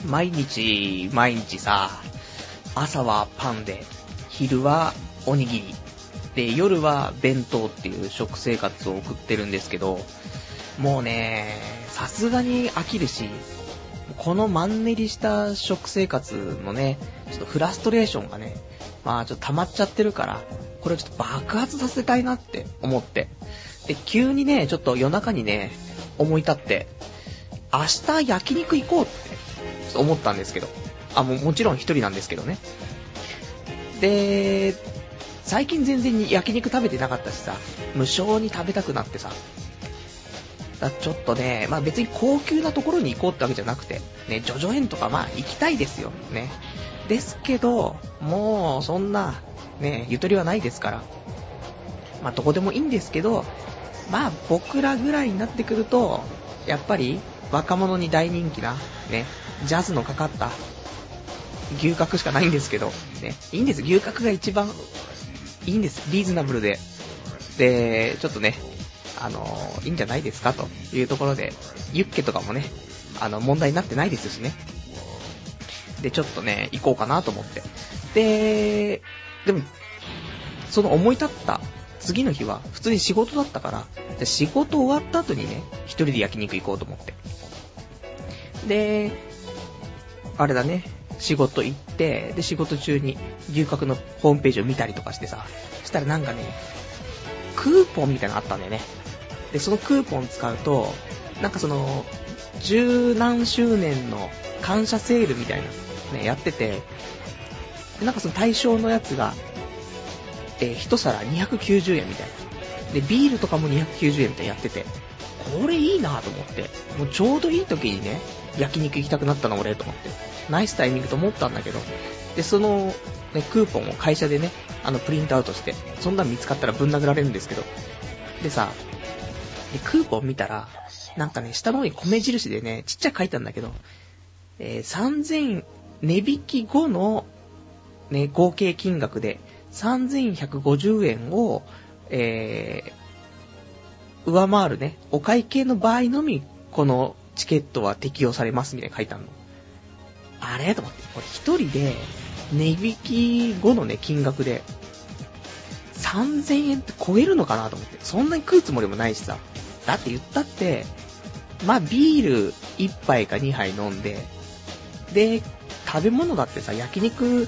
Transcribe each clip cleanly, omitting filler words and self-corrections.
毎日さ、朝はパンで、昼はおにぎりで、夜は弁当っていう食生活を送ってるんですけど、もうね、さすがに飽きるし、このマンネリした食生活のね、ちょっとフラストレーションがね、まあちょっと溜まっちゃってるから、これをちょっと爆発させたいなって思って。で、急にね、ちょっと夜中にね、思い立って、明日焼肉行こうって思ったんですけど、もちろん一人なんですけどね。で、最近全然焼肉食べてなかったしさ、無性に食べたくなってさ、ちょっとね、まあ別に高級なところに行こうってわけじゃなくて、ね、ジョジョ園とかまあ行きたいですよ、ね。ですけど、もうそんな、ね、ゆとりはないですから、まあどこでもいいんですけど、まあ僕らぐらいになってくると、やっぱり若者に大人気な、ね、ジャズのかかった牛角しかないんですけど、ね、いいんです、牛角が一番いいんです、リーズナブルで。で、ちょっとね、いいんじゃないですかというところで、ユッケとかもね、問題になってないですしね。で、ちょっとね、行こうかなと思って。でも、その思い立った次の日は普通に仕事だったから、じゃ仕事終わった後にね、一人で焼肉行こうと思って。で、あれだね、仕事行って、で、仕事中に牛角のホームページを見たりとかしてさ、そしたらなんかね、クーポンみたいなのあったんだよね。で、そのクーポン使うと、なんかその、十何周年の感謝セールみたいな、ね、やってて、なんかその対象のやつが、一皿290円みたいな。で、ビールとかも290円みたいなやってて、これいいなと思って、もうちょうどいい時にね、焼肉行きたくなったな俺と思って、ナイスタイミングと思ったんだけど、で、その、ね、クーポンを会社でね、プリントアウトして、そんなの見つかったらぶん殴られるんですけど、でさ、でクーポン見たら、なんかね、下の方に米印でね、ちっちゃく書いたんだけど、3000、値引き後の、ね、合計金額で、3150円を、上回るね、お会計の場合のみ、このチケットは適用されますみたいな書いてあるの。あれと思って、これ一人で、値引き後のね、金額で、3000円って超えるのかなと思って、そんなに食うつもりもないしさ、だって言ったって、まあビール1杯か2杯飲んで、で、食べ物だってさ、焼肉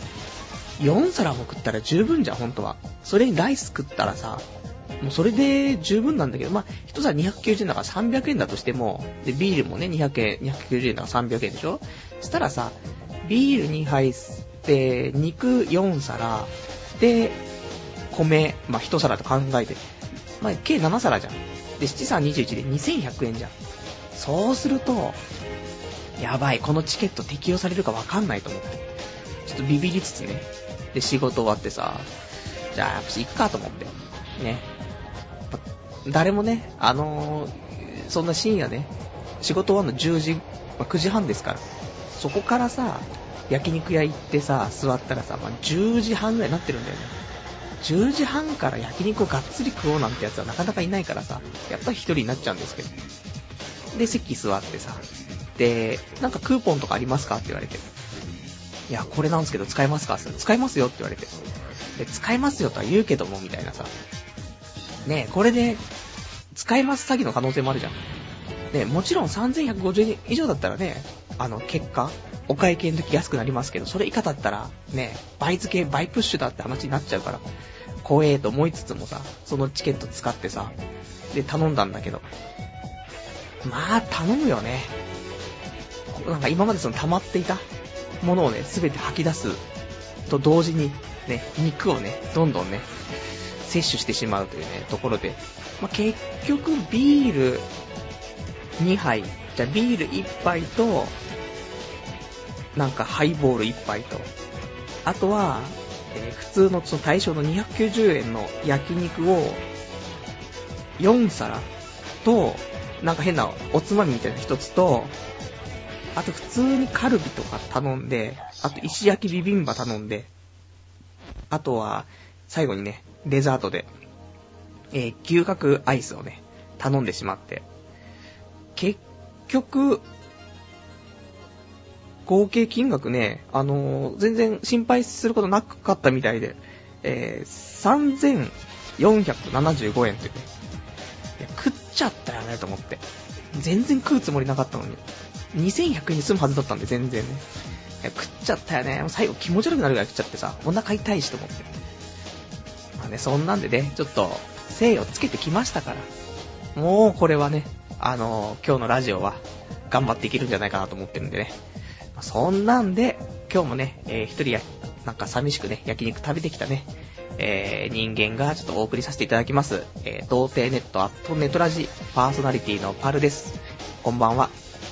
4皿も食ったら十分じゃん、ほんとは。それにライス食ったらさ、もうそれで十分なんだけど、まあ、1皿290円だから300円だとしても、で、ビールもね、290円だから300円でしょ。したらさ、ビール2杯で、肉4皿、で、米、まあ、1皿と考えて、まあ、計7皿じゃん。で、7、3、21で2100円じゃん。そうすると、やばい、このチケット適用されるかわかんないと思って。ちょっとビビりつつね。で、仕事終わってさ、じゃあ、行くかと思って。ね。誰もね、そんな深夜ね、仕事終わるの10時、9時半ですから。そこからさ、焼肉屋行ってさ、座ったらさ、10時半ぐらいになってるんだよね。10時半から焼肉をがっつり食おうなんてやつはなかなかいないからさ、やっぱり一人になっちゃうんですけど。で、席座ってさ、で、なんかクーポンとかありますかって言われて。いや、これなんですけど使えますか？使えますよって言われて。で、使えますよとは言うけども、みたいなさ。ねえ、これで、使えます詐欺の可能性もあるじゃん。ねえ、もちろん3150円以上だったらね、結果、お会計の時安くなりますけど、それ以下だったら、ね、倍付け、倍プッシュだって話になっちゃうから、怖えと思いつつもさ、そのチケット使ってさ、で、頼んだんだけど、まあ、頼むよね。なんか今までその溜まっていたものをね、すべて吐き出すと同時に、ね、肉をね、どんどんね、摂取してしまうというね、ところで、まあ、結局ビール2杯、じゃあビール1杯と、なんかハイボール1杯と、あとは、普通のその対象の290円の焼肉を4皿と、なんか変なおつまみみたいな一つと、あと普通にカルビとか頼んで、あと石焼きビビンバ頼んで、あとは最後にね、デザートで、牛角アイスをね、頼んでしまって、結局、 合計金額ね、全然心配することなかったみたいで、3475円ってね、いや食っちゃったよねと思って。全然食うつもりなかったのに。2100円に済むはずだったんで、全然ね。いや食っちゃったよね。最後気持ち悪くなるぐらい食っちゃってさ、お腹痛いしと思って。まあね、そんなんでね、ちょっと、精をつけてきましたから。もうこれはね、今日のラジオは、頑張っていけるんじゃないかなと思ってるんでね。まあ、そんなんで、今日もね、一人なんか寂しくね、焼肉食べてきたね、人間がちょっとお送りさせていただきます。童貞ネットネトラジパーソナリティのパルです。こんばんは。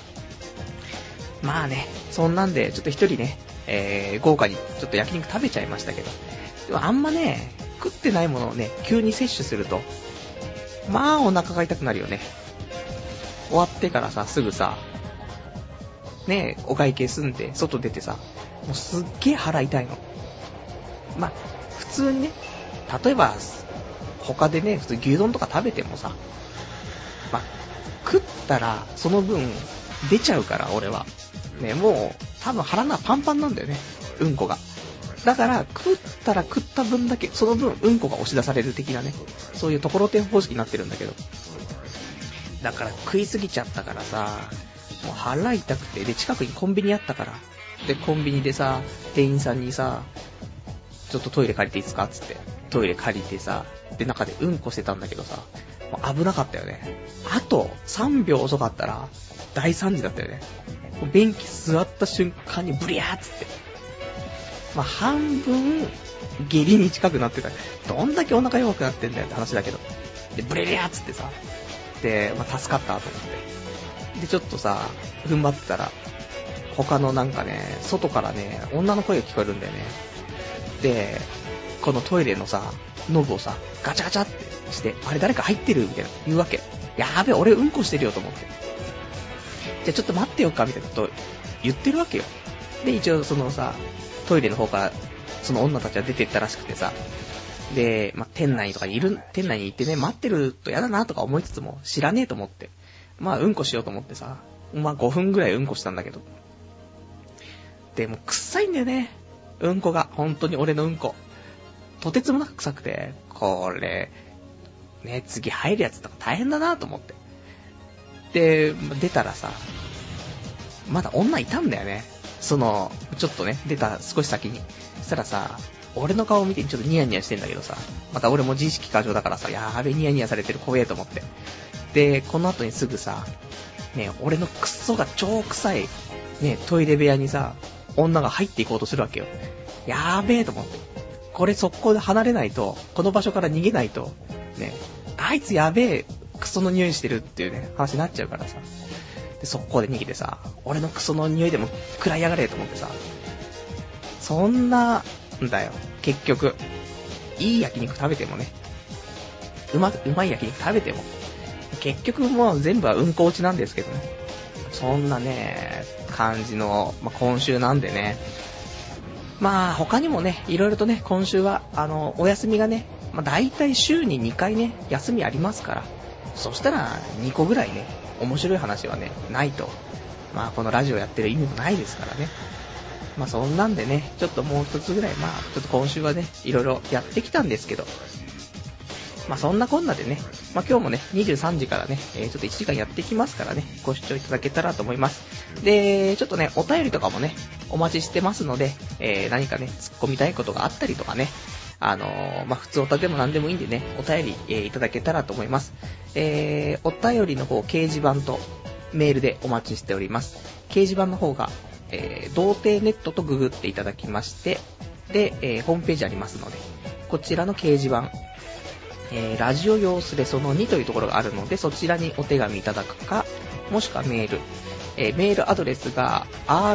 まあね、そんなんでちょっと一人ね、豪華にちょっと焼肉食べちゃいましたけど、でもあんまね、食ってないものをね、急に摂取すると、まあお腹が痛くなるよね。終わってからさ、すぐさ、ね、お会計済んで外出てさ、もうすっげえ腹痛いの。まあ普通にね、例えば他でね、普通牛丼とか食べてもさ、まあ食ったらその分出ちゃうから、俺はね、もう多分腹がパンパンなんだよね、うんこが。だから食ったら食った分だけ、その分うんこが押し出される的なね、そういうところてん方式になってるんだけど、だから食いすぎちゃったからさ、もう腹痛くて、で近くにコンビニあったから、でコンビニでさ、店員さんにさ、ちょっとトイレ借りていいですかっつってトイレ借りてさ、で中でうんこしてたんだけどさ、もう危なかったよね。あと3秒遅かったら大惨事だったよね。もう便器座った瞬間にブリャーっつって、まあ半分下痢に近くなってた。どんだけお腹弱くなってんだよって話だけど、でブリャーっつってさ、で、まあ、助かったと思って、でちょっとさ踏ん張ってたら、他のなんかね、外からね、女の声が聞こえるんだよね。で、このトイレのさ、ノブをさ、ガチャガチャってして、あれ誰か入ってるみたいな言うわけ。やーべ、俺うんこしてるよと思って。じゃあちょっと待ってよかみたいなこと言ってるわけよ。で、一応そのさ、トイレの方からその女たちは出てったらしくてさ、で、まあ、店内に行ってね、待ってるとやだなとか思いつつも、知らねえと思って、まあうんこしようと思ってさ、まあ5分ぐらいうんこしたんだけど、でも臭いんだよね、うんこが。本当に俺のうんことてつもなく臭くて、これね、次入るやつとか大変だなと思って、で出たらさ、まだ女いたんだよね。そのちょっとね、出た少し先に。そしたらさ、俺の顔を見てちょっとニヤニヤしてんだけどさ、また俺も自意識過剰だからさ、やーべ、ニヤニヤされてる、怖えと思って。でこの後にすぐさ、ね、俺のクソが超臭いね、トイレ部屋にさ、女が入っていこうとするわけよ。やーべえと思って、これ速攻で離れないと、この場所から逃げないとね、あいつやべえクソの匂いしてるっていうね、話になっちゃうからさ、で速攻で逃げてさ、俺のクソの匂いでも食らいやがれと思ってさ、そんなんだよ。結局いい焼肉食べてもね、うまい焼肉食べても結局もう全部はうんこ落ちなんですけどね。そんなね感じの、まあ、今週なんでね、まあ他にもね、いろいろとね、今週はお休みがね、まあ、大体週に2回ね休みありますから、そしたら2個ぐらいね面白い話はねないと、まあこのラジオやってる意味もないですからね。まあそんなんでね、ちょっともう一つぐらい、まあちょっと今週はねいろいろやってきたんですけど、まあそんなこんなでね、まあ今日もね23時からね、ちょっと1時間やってきますからね、ご視聴いただけたらと思います。でちょっとねお便りとかもねお待ちしてますので、何かね突っ込みたいことがあったりとかね、まあ普通おたでも何でもいいんでね、お便り、いただけたらと思います。お便りの方、掲示板とメールでお待ちしております。掲示板の方が、童貞ネットとググっていただきまして、で、ホームページありますので、こちらの掲示板、ラジオ様子でその2というところがあるので、そちらにお手紙いただくか、もしくはメール、メールアドレスが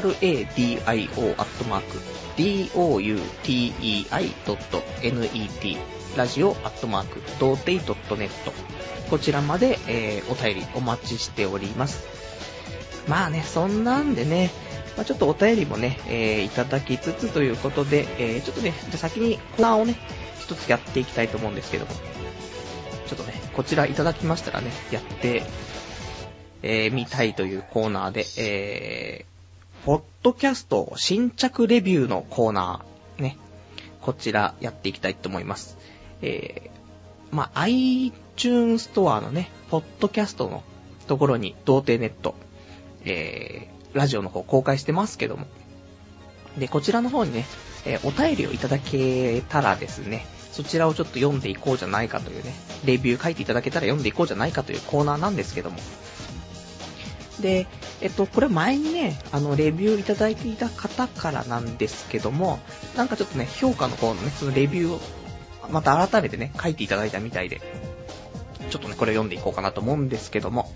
radio@doutei.net ラジオ@doutei.net こちらまで、お便りお待ちしております。まあね、そんなんでね、まあ、ちょっとお便りもね、いただきつつということで、ちょっとね、じゃ先にコーナーをね一つやっていきたいと思うんですけども、ちょっとねこちらいただきましたらねやってみたいというコーナーで、 ポッドキャスト新着レビューのコーナー、ね。こちらやっていきたいと思います。iTunes ストアのね、ポッドキャストのところに、童貞ネット、ラジオの方公開してますけども。で、こちらの方にね、お便りをいただけたらですね、そちらをちょっと読んでいこうじゃないかというね、レビュー書いていただけたら読んでいこうじゃないかというコーナーなんですけども。で、これ前にね、レビューいただいていた方からなんですけども、なんかちょっとね、評価の方のね、そのレビューを、また改めてね、書いていただいたみたいで、ちょっとね、これ読んでいこうかなと思うんですけども、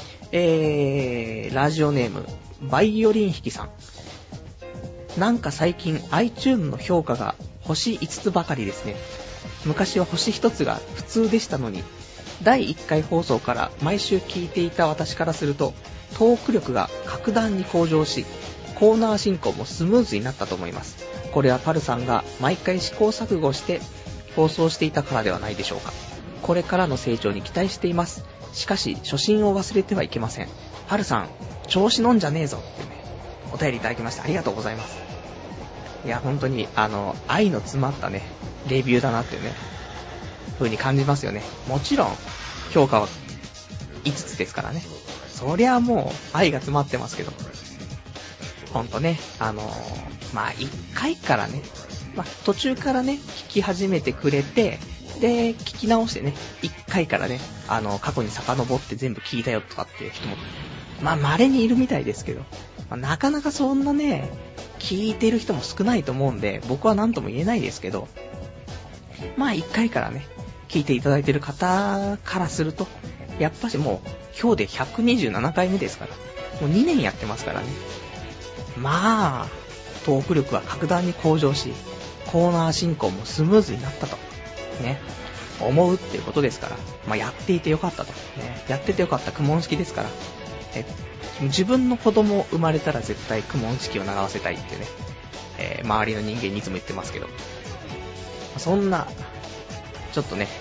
ラジオネーム、バイオリン弾きさん。なんか最近 iTunes の評価が星5つばかりですね。昔は星1つが普通でしたのに、第1回放送から毎週聞いていた私からすると、トーク力が格段に向上し、コーナー進行もスムーズになったと思います。これはパルさんが毎回試行錯誤して放送していたからではないでしょうか。これからの成長に期待しています。しかし初心を忘れてはいけません。パルさん、調子乗んじゃねえぞってね、お便りいただきましてありがとうございます。いや本当に愛の詰まったねレビューだなっていうね風に感じますよね。もちろん評価は5つですからね。そりゃもう愛が詰まってますけど、ほんとね1回からね、途中からね聞き始めてくれて、で聞き直してね1回からね過去に遡って全部聞いたよとかっていう人も稀にいるみたいですけど、なかなかそんなね聞いてる人も少ないと思うんで、僕は何とも言えないですけど、1回からね聞いていただいてる方からすると、やっぱしもう今日で127回目ですから、もう2年やってますからね。トーク力は格段に向上し、コーナー進行もスムーズになったとね思うっていうことですから、やっていてよかったとね、やっててよかった苦悶式ですから、自分の子供生まれたら絶対苦悶式を習わせたいってね、周りの人間にいつも言ってますけど、そんなちょっとね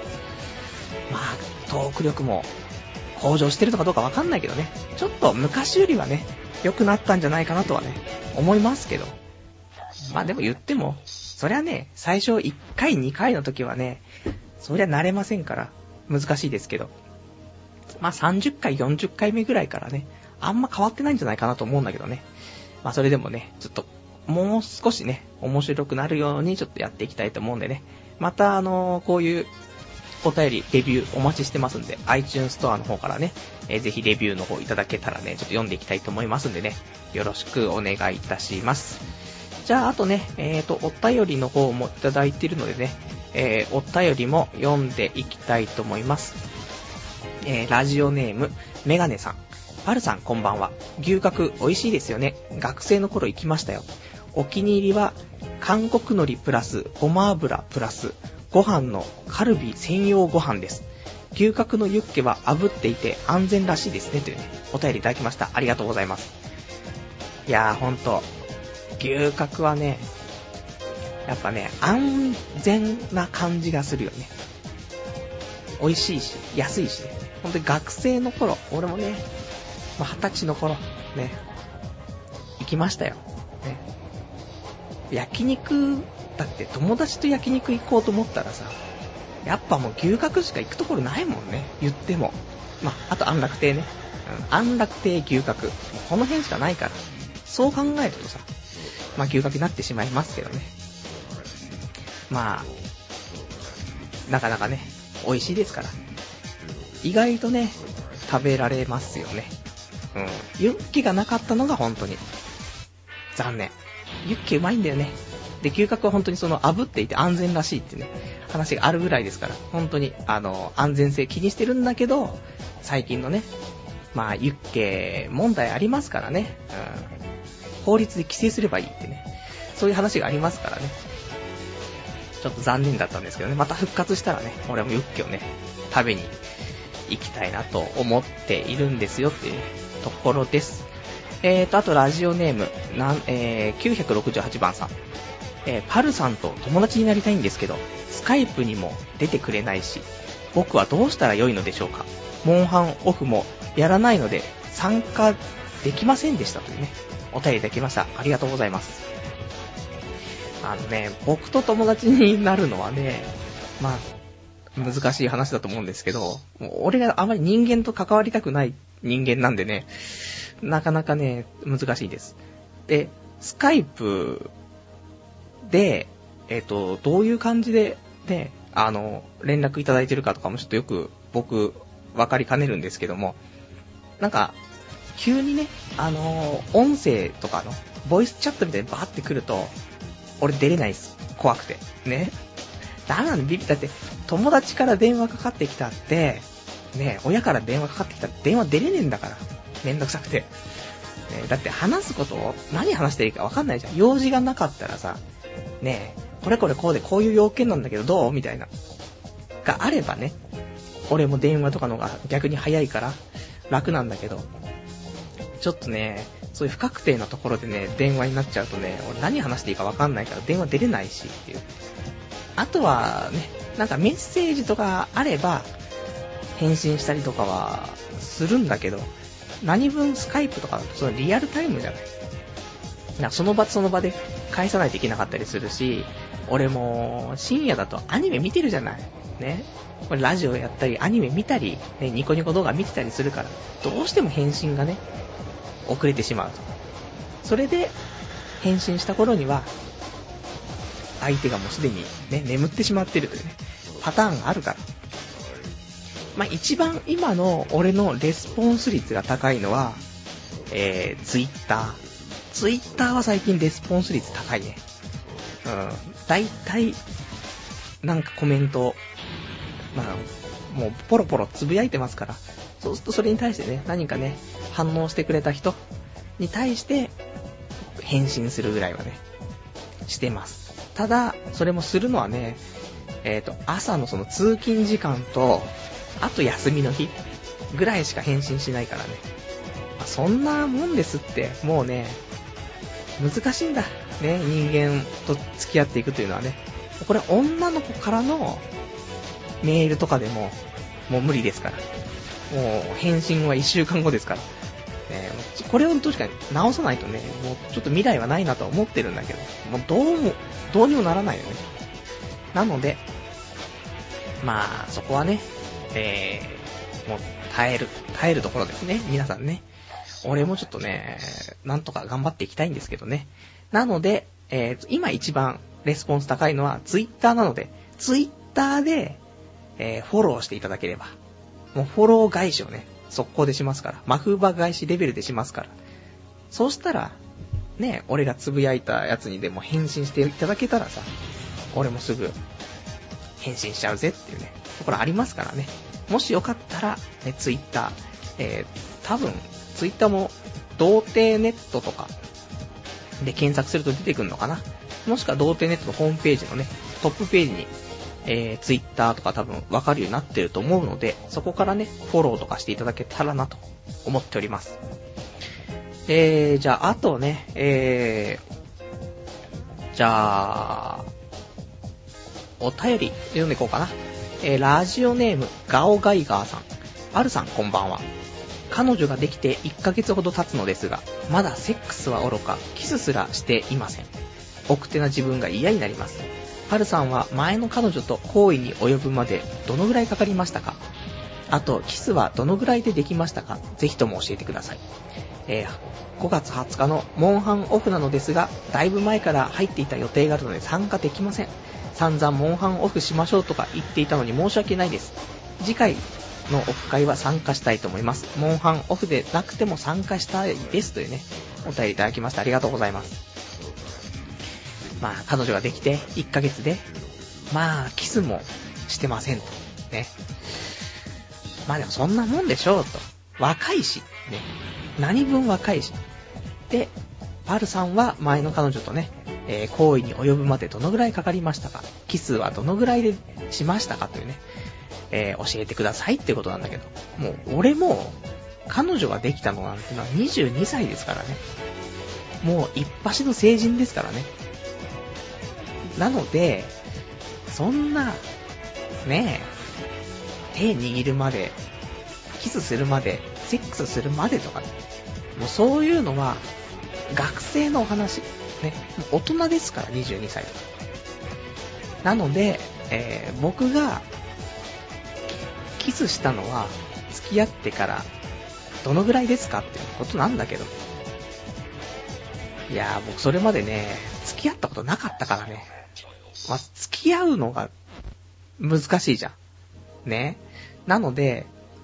トーク力も向上してるのかどうかわかんないけどね、ちょっと昔よりはね良くなったんじゃないかなとはね思いますけど、でも言ってもそりゃね最初1回2回の時はねそりゃ慣れませんから難しいですけど、30回40回目ぐらいからねあんま変わってないんじゃないかなと思うんだけどね。それでもねちょっともう少しね面白くなるようにちょっとやっていきたいと思うんでね、またこういうお便りレビューお待ちしてますんで、 iTunes ストアの方からね、ぜひレビューの方いただけたらねちょっと読んでいきたいと思いますんでね、よろしくお願いいたします。じゃああとねお便りの方もいただいているのでね、お便りも読んでいきたいと思います。ラジオネームメガネさん。パルさんこんばんは。牛角美味しいですよね。学生の頃行きましたよ。お気に入りは韓国海苔プラスごま油プラスご飯のカルビ専用ご飯です。牛角のユッケは炙っていて安全らしいですねというねお便りいただきました。ありがとうございます。いやーほんと牛角はねやっぱね安全な感じがするよね。美味しいし安いしね。ほんとに学生の頃俺もね20歳の頃ね行きましたよ、ね、焼肉だって友達と焼肉行こうと思ったらさ、やっぱもう牛角しか行くところないもんね言っても。あと安楽亭ね、安楽亭牛角この辺しかないから、そう考えるとさ牛角になってしまいますけどね。なかなかね美味しいですから意外とね食べられますよね。ユッケがなかったのが本当に残念。ユッケうまいんだよね。で牛角は本当にその炙っていて安全らしいってね話があるぐらいですから、本当に安全性気にしてるんだけど、最近のねユッケ問題ありますからね、法律で規制すればいいってね、そういう話がありますからね、ちょっと残念だったんですけどね、また復活したらね俺もユッケをね食べに行きたいなと思っているんですよっていうところです。あとラジオネーム968番さん。パルさんと友達になりたいんですけどスカイプにも出てくれないし、僕はどうしたら良いのでしょうか。モンハンオフもやらないので参加できませんでしたというねおお便りいただきました。ありがとうございます。僕と友達になるのはね、まあ、難しい話だと思うんですけど、俺があまり人間と関わりたくない人間なんでね、なかなかね、難しいです。で、スカイプで、どういう感じで、ね、連絡いただいてるかとかもちょっとよく僕、わかりかねるんですけども、なんか、急にね、音声とかの、ボイスチャットみたいにバーって来ると、俺出れないです。怖くて。ね。ダメなんだ、だって、友達から電話かかってきたって、ね、親から電話かかってきたって電話出れねえんだから。めんどくさくて。ね、だって話すことを、何話していいかわかんないじゃん。用事がなかったらさ、ねこれこれこうでこういう要件なんだけどどうみたいな。があればね、俺も電話とかのが逆に早いから楽なんだけど、ちょっとね、そういう不確定なところでね、電話になっちゃうとね、俺何話していいかわかんないから電話出れないしっていう。あとはね、なんかメッセージとかあれば、返信したりとかはするんだけど、何分スカイプとかだとそのリアルタイムじゃない。なんかその場その場で返さないといけなかったりするし、俺も深夜だとアニメ見てるじゃない。ね。これラジオやったりアニメ見たり、ね、ニコニコ動画見てたりするから、どうしても返信がね、遅れてしまうと。それで返信した頃には相手がもうすでにね眠ってしまってるというねパターンがあるから。まあ一番今の俺のレスポンス率が高いのはツイッターは最近レスポンス率高いね。だいたいなんかコメントまあもうポロポロつぶやいてますから、そうするとそれに対してね何かね反応してくれた人に対して返信するぐらいはねしてます。ただそれもするのはね朝のその通勤時間とあと休みの日ぐらいしか返信しないからね、そんなもんですって。もうね難しいんだね、人間と付き合っていくというのはね。これ女の子からのメールとかでももう無理ですから。もう返信は1週間後ですから、これを確かに直さないとね、もうちょっと未来はないなとは思ってるんだけど、もうどうにもならないよね。なのでまあそこはね、もう耐えるところですね、皆さんね。俺もちょっとねなんとか頑張っていきたいんですけどね。なので、今一番レスポンス高いのはツイッターなので、ツイッターで、フォローしていただければ、もうフォロー返しをね速攻でしますから、マフーバ返しレベルでしますから、そうしたらね、俺がつぶやいたやつにでも返信していただけたらさ、俺もすぐ返信しちゃうぜっていうねところありますからね。もしよかったら、ね、ツイッター、多分ツイッターも童貞ネットとかで検索すると出てくるのかな。もしくは童貞ネットのホームページのねトップページにツイッターとか多分わかるようになってると思うので、そこからねフォローとかしていただけたらなと思っております。じゃああとね、じゃあお便り読んでいこうかな。ラジオネームガオガイガーさん。アルさんこんばんは。彼女ができて1ヶ月ほど経つのですが、まだセックスはおろかキスすらしていません。奥手な自分が嫌になります。はるさんは前の彼女と行為に及ぶまでどのぐらいかかりましたか？あとキスはどのぐらいでできましたか？ぜひとも教えてください。5月20日のモンハンオフなのですが、だいぶ前から入っていた予定があるので参加できません。散々モンハンオフしましょうとか言っていたのに申し訳ないです。次回のオフ会は参加したいと思います。モンハンオフでなくても参加したいですというねお便りいただきましてありがとうございます。まあ彼女ができて1ヶ月でまあキスもしてませんとね。まあでもそんなもんでしょうと。若いしね、何分若いし。でパルさんは前の彼女とね、行為に及ぶまでどのぐらいかかりましたか、キスはどのぐらいでしましたかというね、教えてくださいってことなんだけど、もう俺も彼女ができたのなんてのは22歳ですからね。もう一発の成人ですからね。なのでそんなね手握るまでキスするまでセックスするまでとか、ね、もうそういうのは学生のお話。ね。大人ですから、22歳。なので、僕が、キスしたのは、付き合ってから、どのぐらいですかっていうことなんだけど。いやー、僕それまでね、付き合ったことなかったからね。まあ、付き合うのが、難しいじゃん。ね。なので、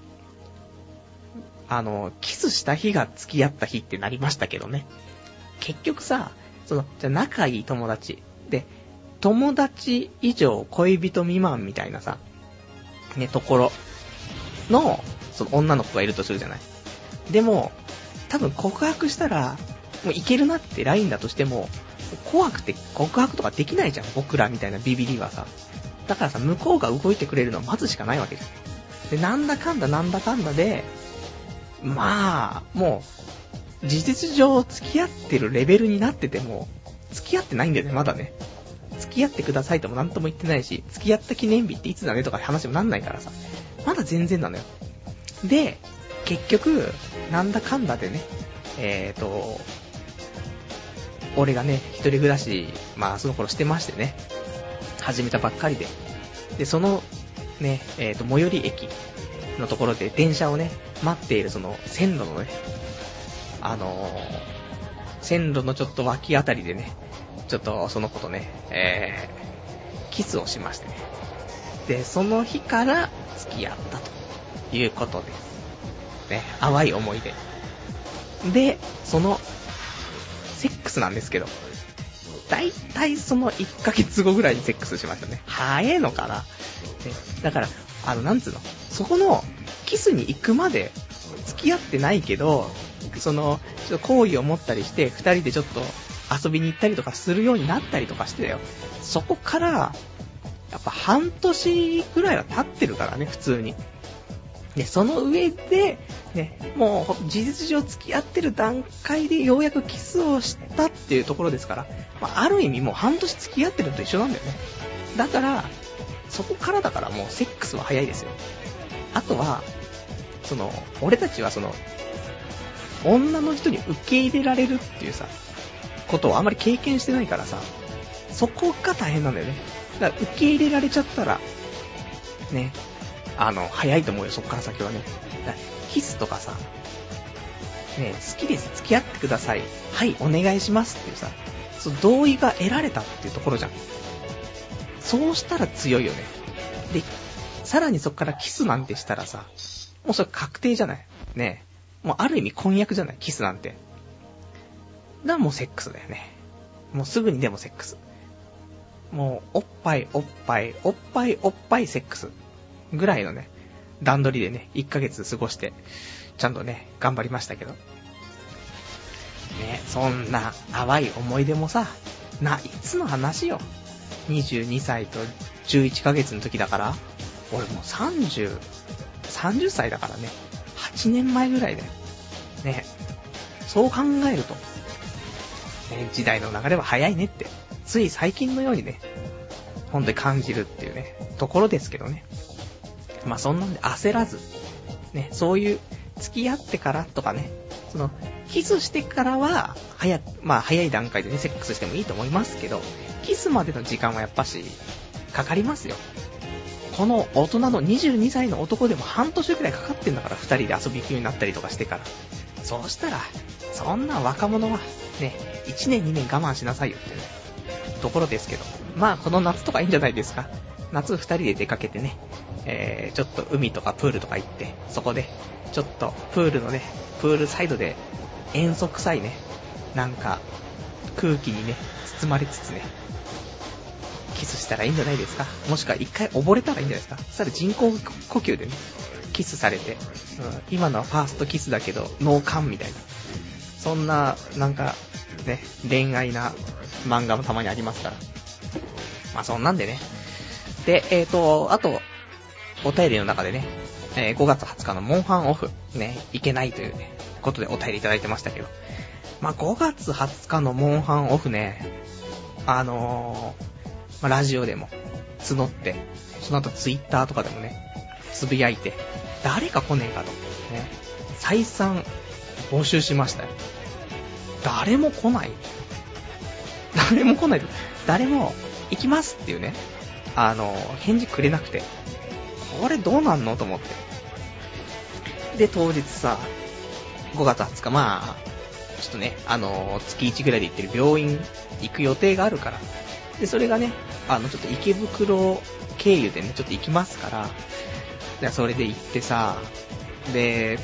キスした日が付き合った日ってなりましたけどね。結局さ、じゃあ仲いい友達。で、友達以上恋人未満みたいなさ、ね、ところの、その女の子がいるとするじゃない。でも、多分告白したら、もういけるなってラインだとしても、怖くて告白とかできないじゃん。僕らみたいなビビリはさ。だからさ、向こうが動いてくれるのを待つしかないわけじゃん。で、なんだかんだで、まあ、もう、事実上付き合ってるレベルになってても、付き合ってないんだよね、まだね。付き合ってくださいともなんとも言ってないし、付き合った記念日っていつだねとか話もなんないからさ。まだ全然なのよ。で、結局、なんだかんだでね、俺がね、一人暮らし、まあその頃してましてね、始めたばっかりで。で、その、ね、最寄り駅のところで電車をね、待っているその線路のね、線路のちょっと脇あたりでね、ちょっとその子とね、キスをしましてね。で、その日から付き合ったということです。ね、淡い思い出。で、その、セックスなんですけど、だいたいその1ヶ月後ぐらいにセックスしましたね。早いのかな、ね、だから、なんつうの、そこの、キスに行くまで、付き合ってないけど、その、ちょっと好意を持ったりして、二人でちょっと遊びに行ったりとかするようになったりとかしてだよ。そこから、やっぱ半年ぐらいは経ってるからね、普通に。で、その上で、ね、もう事実上付き合ってる段階でようやくキスをしたっていうところですから、まあ、ある意味もう半年付き合ってるのと一緒なんだよね。だから、そこからだからもうセックスは早いですよ。あとは、その、俺たちはその、女の人に受け入れられるっていうさ、ことをあんまり経験してないからさ、そこが大変なんだよね。だから受け入れられちゃったら、ね、早いと思うよ、そっから先はね。だからキスとかさ、ね、好きです、付き合ってください、はい、お願いしますっていうさ、その同意が得られたっていうところじゃん。そうしたら強いよね。で、さらにそっからキスなんてしたらさ、もうそれ確定じゃない。ね。もうある意味婚約じゃない、キスなんて。だからもうセックスだよね。もうすぐにでもセックス。もう、おっぱい、おっぱい、おっぱい、おっぱい、セックス。ぐらいのね、段取りでね、1ヶ月過ごして、ちゃんとね、頑張りましたけど。ね、そんな淡い思い出もさ、いつの話よ。22歳と11ヶ月の時だから、俺もう30歳だからね、8年前ぐらいだよ。ね、そう考えると、ね、時代の流れは早いねって、つい最近のようにね、ほんとに感じるっていうね、ところですけどね。まあそんなんで焦らず、ね、そういう付き合ってからとかね、そのキスしてからは早い段階でねセックスしてもいいと思いますけど、キスまでの時間はやっぱしかかりますよ。この大人の22歳の男でも半年くらいかかってんだから、2人で遊び行くようになったりとかしてから。そうしたらそんな若者はね、1年2年我慢しなさいよってね、ところですけど、まあこの夏とかいいんじゃないですか。夏2人で出かけてね、ちょっと海とかプールとか行って、そこでちょっとプールのね、プールサイドで塩素臭いね、なんか空気にね包まれつつね、キスしたらいいんじゃないですか。もしくは一回溺れたらいいんじゃないですか。そしたら人工呼吸でねキスされて、今のはファーストキスだけど脳幹みたいな、そんななんかね恋愛な漫画もたまにありますから、まあそんなんでね。で、あとお便りの中でね、5月20日のモンハンオフね、いけないというねことでお便りいただいてましたけど、まあ5月20日のモンハンオフね、ラジオでも募って、その後ツイッターとかでもねつぶやいて、誰か来ねえかとね、再三募集しましたよ。 誰も来ない。誰も来ない。誰も行きますっていうね、返事くれなくて、これどうなんのと思って。で、当日さ、5月20日、まあ、ちょっとね、月1ぐらいで行ってる病院行く予定があるから。で、それがね、ちょっと池袋経由でね、ちょっと行きますから、じゃあそれで行ってさ、で、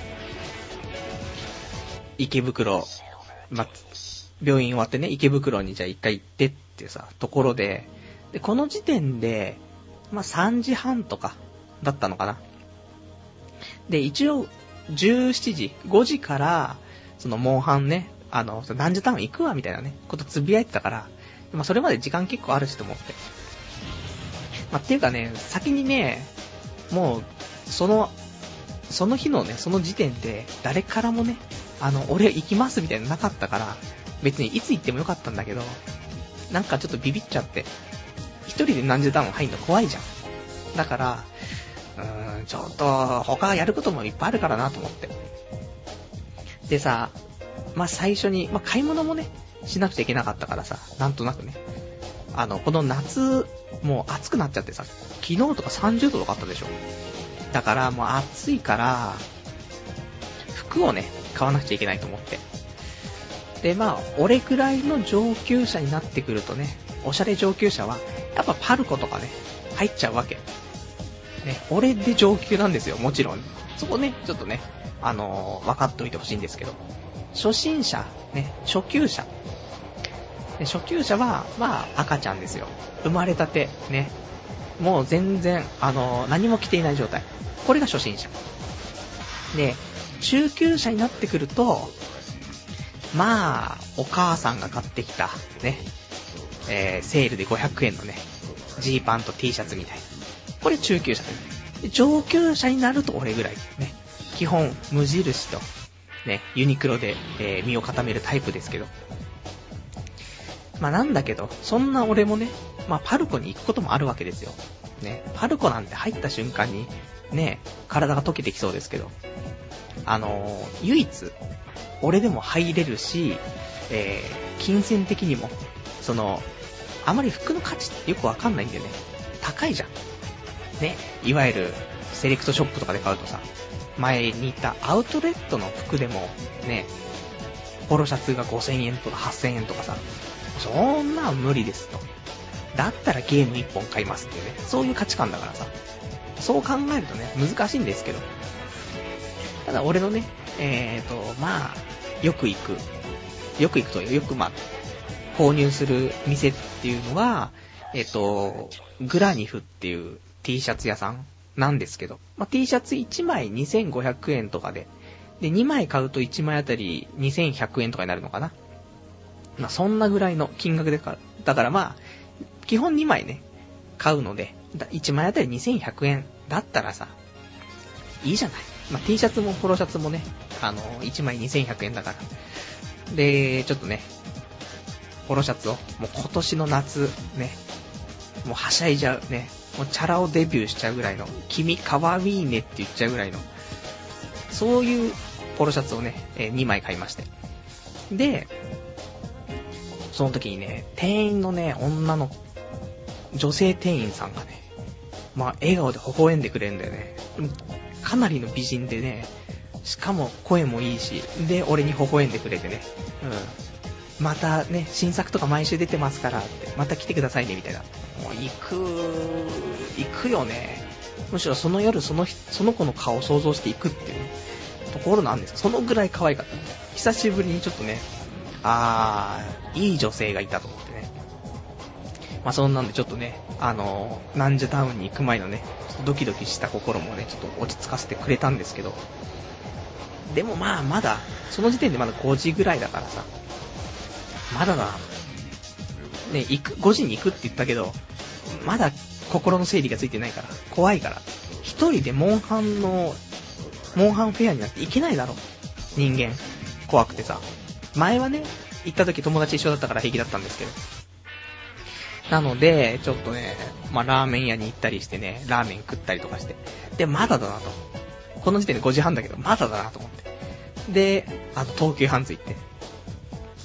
池袋、ま、病院終わってね、池袋にじゃあ一回行ってってさ、ところで、で、この時点で、まあ、3時半とかだったのかな。で、一応、17時、5時から、そのモンハンね、男女タウン行くわみたいなね、ことつぶやいてたから、まあ、それまで時間結構あるしと思って。まあ、っていうかね、先にね、もう、その日のね、その時点で、誰からもね、俺行きますみたいなのなかったから、別にいつ行ってもよかったんだけど、なんかちょっとビビっちゃって、一人で男女タウン入るの怖いじゃん。だから、ちょっと、他やることもいっぱいあるからなと思って。でさ、まあ、最初に、まあ、買い物もね、しなくちゃいけなかったからさ、なんとなくね。この夏、もう暑くなっちゃってさ、昨日とか30度とかあったでしょ。だからもう暑いから、服をね、買わなくちゃいけないと思って。で、まあ、俺くらいの上級者になってくるとね、おしゃれ上級者は、やっぱパルコとかね、入っちゃうわけ。ね、俺で上級なんですよ、もちろん。そこね、ちょっとね、分かっておいてほしいんですけど。初心者、ね、初級者。初級者は、まあ、赤ちゃんですよ。生まれたて、ね。もう全然、何も着ていない状態。これが初心者。で、中級者になってくると、まあ、お母さんが買ってきた、ね、セールで500円のね、ジーパンと T シャツみたいな。これ中級者です。上級者になると俺ぐらい。ね。基本、無印と、ね、ユニクロで、身を固めるタイプですけど。まあなんだけど、そんな俺もね、まあパルコに行くこともあるわけですよ。ね。パルコなんて入った瞬間に、ね、体が溶けてきそうですけど。唯一、俺でも入れるし、金銭的にも、あまり服の価値ってよくわかんないんだよね。高いじゃん。ね。いわゆる、セレクトショップとかで買うとさ、前に言ったアウトレットの服でも、ね、ポロシャツが5000円とか8000円とかさ、そんな無理ですと。だったらゲーム1本買いますっていうね、そういう価値観だからさ、そう考えるとね、難しいんですけど。ただ俺のね、まあ、よく行くという、よくまあ、購入する店っていうのが、グラニフっていう T シャツ屋さんなんですけど、まあ、T シャツ1枚2500円とかで、2枚買うと1枚あたり2100円とかになるのかな。まあ、そんなぐらいの金額で買う。だからまあ、基本2枚ね、買うので、1枚あたり2100円だったらさ、いいじゃない。まあ、T シャツもポロシャツもね、1枚2100円だから。で、ちょっとね、ポロシャツを、もう今年の夏、ね、もうはしゃいじゃう、ね、もうチャラ男デビューしちゃうぐらいの、君かわいいねって言っちゃうぐらいの、そういうポロシャツをね、2枚買いまして。で、その時にね、店員のね、女性店員さんがね、まあ、笑顔で微笑んでくれるんだよね。かなりの美人でね、しかも声もいいし、で、俺に微笑んでくれてね、またね、新作とか毎週出てますからって、また来てくださいね、みたいな。もう行くよね。むしろその夜、その子の顔を想像して行くっていう、ね、ところなんです。そのぐらい可愛かった。久しぶりにちょっとね、いい女性がいたと思ってね。まあそんなんでちょっとね、ナンジャタウンに行く前のね、ちょっとドキドキした心もね、ちょっと落ち着かせてくれたんですけど、でもまあまだ、その時点でまだ5時ぐらいだからさ、まだだな。ね、5時に行くって言ったけど、まだ心の整理がついてないから、怖いから、一人でモンハンフェアになって行けないだろ。人間。怖くてさ。前はね、行った時友達一緒だったから平気だったんですけど。なので、ちょっとね、まあラーメン屋に行ったりしてね、ラーメン食ったりとかして。で、まだだなと。この時点で5時半だけど、まだだなと思って。で、東急ハンズ行って。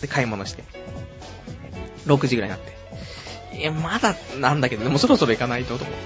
で買い物して、6時ぐらいになって。いや、まだなんだけど、でもそろそろ行かないとと思って。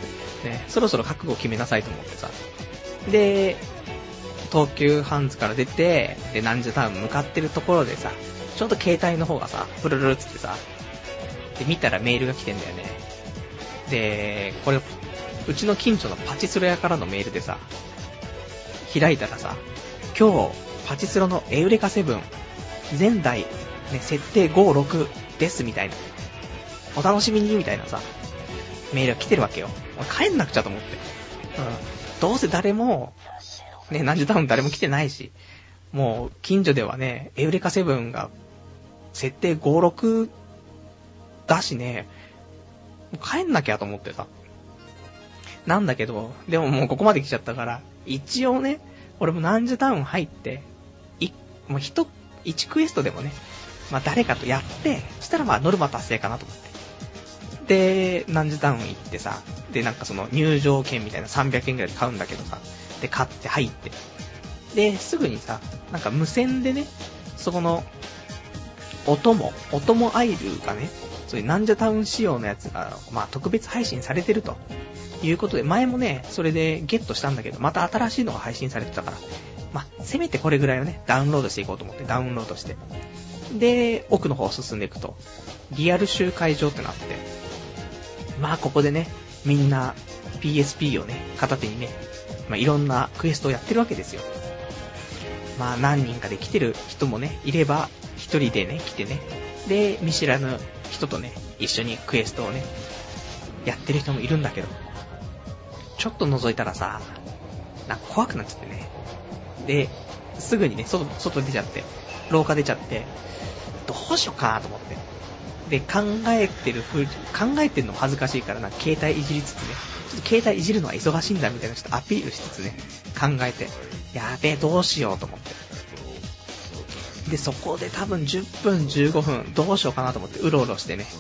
ね、そろそろ覚悟を決めなさいと思ってさ。で、東急ハンズから出て、で、ナンジャタウン向かってるところでさ、ちょうど携帯の方がさ、プルルルつってさ、で、見たらメールが来てんだよね。で、これ、うちの近所のパチスロ屋からのメールでさ、開いたらさ、今日、パチスロのエウレカ7、前代、ね、設定5、6ですみたいな。お楽しみにみたいなさ、メールが来てるわけよ。帰んなくちゃと思って。どうせ誰も、ね、ナンジャタウン誰も来てないし、もう、近所ではね、エウレカ7が、設定5、6だしね、もう帰んなきゃと思ってさ。なんだけど、でももうここまで来ちゃったから、一応ね、俺もナンジャタウン入って、もう1クエストでもね、まあ誰かとやって、そしたらまあノルマ達成かなと思って。で、ナンジャタウン行ってさ、でなんかその入場券みたいな300円ぐらいで買うんだけどさ、で買って入って、で、すぐにさ、なんか無線でね、そこの、お供アイルがね、そういうナンジャタウン仕様のやつが、まあ特別配信されてるということで、前もね、それでゲットしたんだけど、また新しいのが配信されてたから、まあ、せめてこれぐらいをね、ダウンロードしていこうと思ってダウンロードして。で、奥の方を進んでいくと、リアル集会場ってなって、まあここでね、みんな PSP をね、片手にね、まあいろんなクエストをやってるわけですよ。まあ何人かで来てる人もね、いれば、一人でね、来てね、で、見知らぬ人とね、一緒にクエストをね、やってる人もいるんだけど、ちょっと覗いたらさ、なんか怖くなっちゃってね。で、すぐにね、外出ちゃって、廊下出ちゃって、どうしようかなと思って。で、考えてるのも恥ずかしいからな、携帯いじりつつね、ちょっと携帯いじるのは忙しいんだみたいなちょっとアピールしつつね、考えて、やべえ、どうしようと思って。で、そこで多分10分、15分、どうしようかなと思って、うろうろしてね、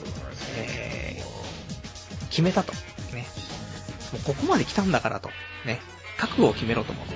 決めたと。ね。もうここまで来たんだからと。ね。覚悟を決めろと思って。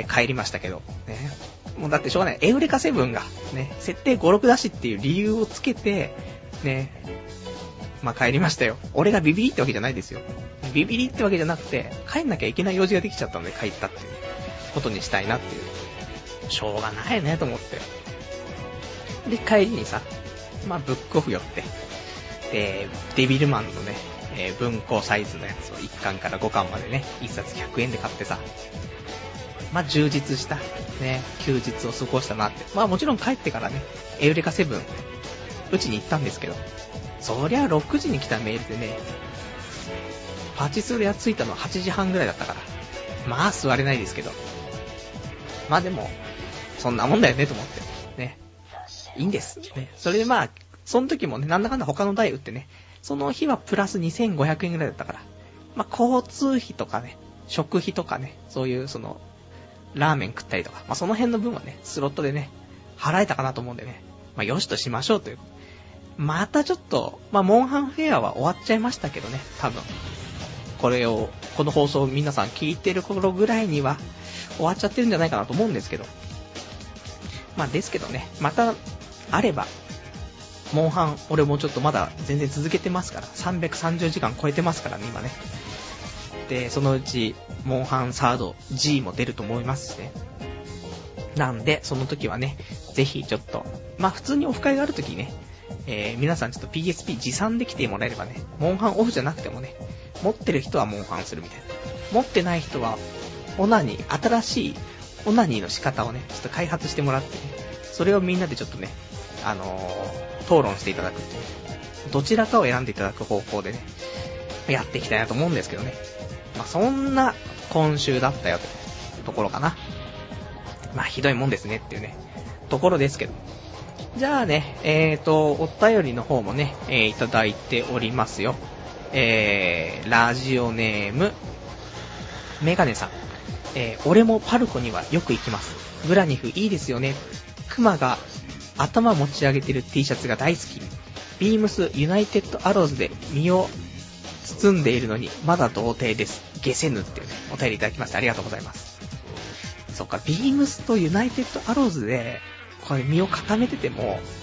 帰りましたけど。ね。もうだってしょうがない。エウレカ7が、ね、設定5、6だしっていう理由をつけて、ね。まあ帰りましたよ。俺がビビリってわけじゃないですよ。ビビリってわけじゃなくて、帰んなきゃいけない用事ができちゃったので帰ったっていうことにしたいなっていう。しょうがないねと思って。で、帰りにさ、まあブックオフ寄って、デビルマンのね、文庫サイズのやつを1巻から5巻までね、1冊100円で買ってさ、まあ充実した、ね、休日を過ごしたなって。まあもちろん帰ってからね、エウレカ7、うちに行ったんですけど、そりゃ6時に来たメールでね、パチスロ屋着いたのは8時半ぐらいだったから、まあ座れないですけど、まあでも、そんなもんだよねと思って、ね、いいんです。ね、それでまあ、その時もね、なんだかんだ他の台打ってね、その日はプラス2500円ぐらいだったから、まあ交通費とかね、食費とかね、そういうその、ラーメン食ったりとか、まあその辺の分はね、スロットでね、払えたかなと思うんでね、まあよしとしましょうという。またちょっと、まあモンハンフェアは終わっちゃいましたけどね、多分。この放送を皆さん聞いてる頃ぐらいには終わっちゃってるんじゃないかなと思うんですけど。まあですけどね、またあれば、モンハン、俺もちょっとまだ全然続けてますから、330時間超えてますからね、今ね。で、そのうち、モンハンサード G も出ると思いますしね。なんで、その時はね、ぜひちょっと、まあ普通にオフ会がある時にね、皆さんちょっと PSP 持参できてもらえればね、モンハンオフじゃなくてもね、持ってる人はモンハンするみたいな。持ってない人は、新しいオナニーの仕方をね、ちょっと開発してもらってね、それをみんなでちょっとね、討論していただくっていう、どちらかを選んでいただく方向でね、やっていきたいなと思うんですけどね。まあ、そんな今週だったよというところかな。まあ、ひどいもんですねっていうね、ところですけど。じゃあね、お便りの方もね、いただいておりますよ。ラジオネーム、メガネさん。俺もパルコにはよく行きます。グラニフいいですよね。クマが頭持ち上げてる T シャツが大好き。ビームスユナイテッドアローズで身を包んでいるのにまだ童貞です。ゲセヌっていうね、お便りいただきましてありがとうございます。そっか、ビームスとユナイテッドアローズでこれ身を固めてても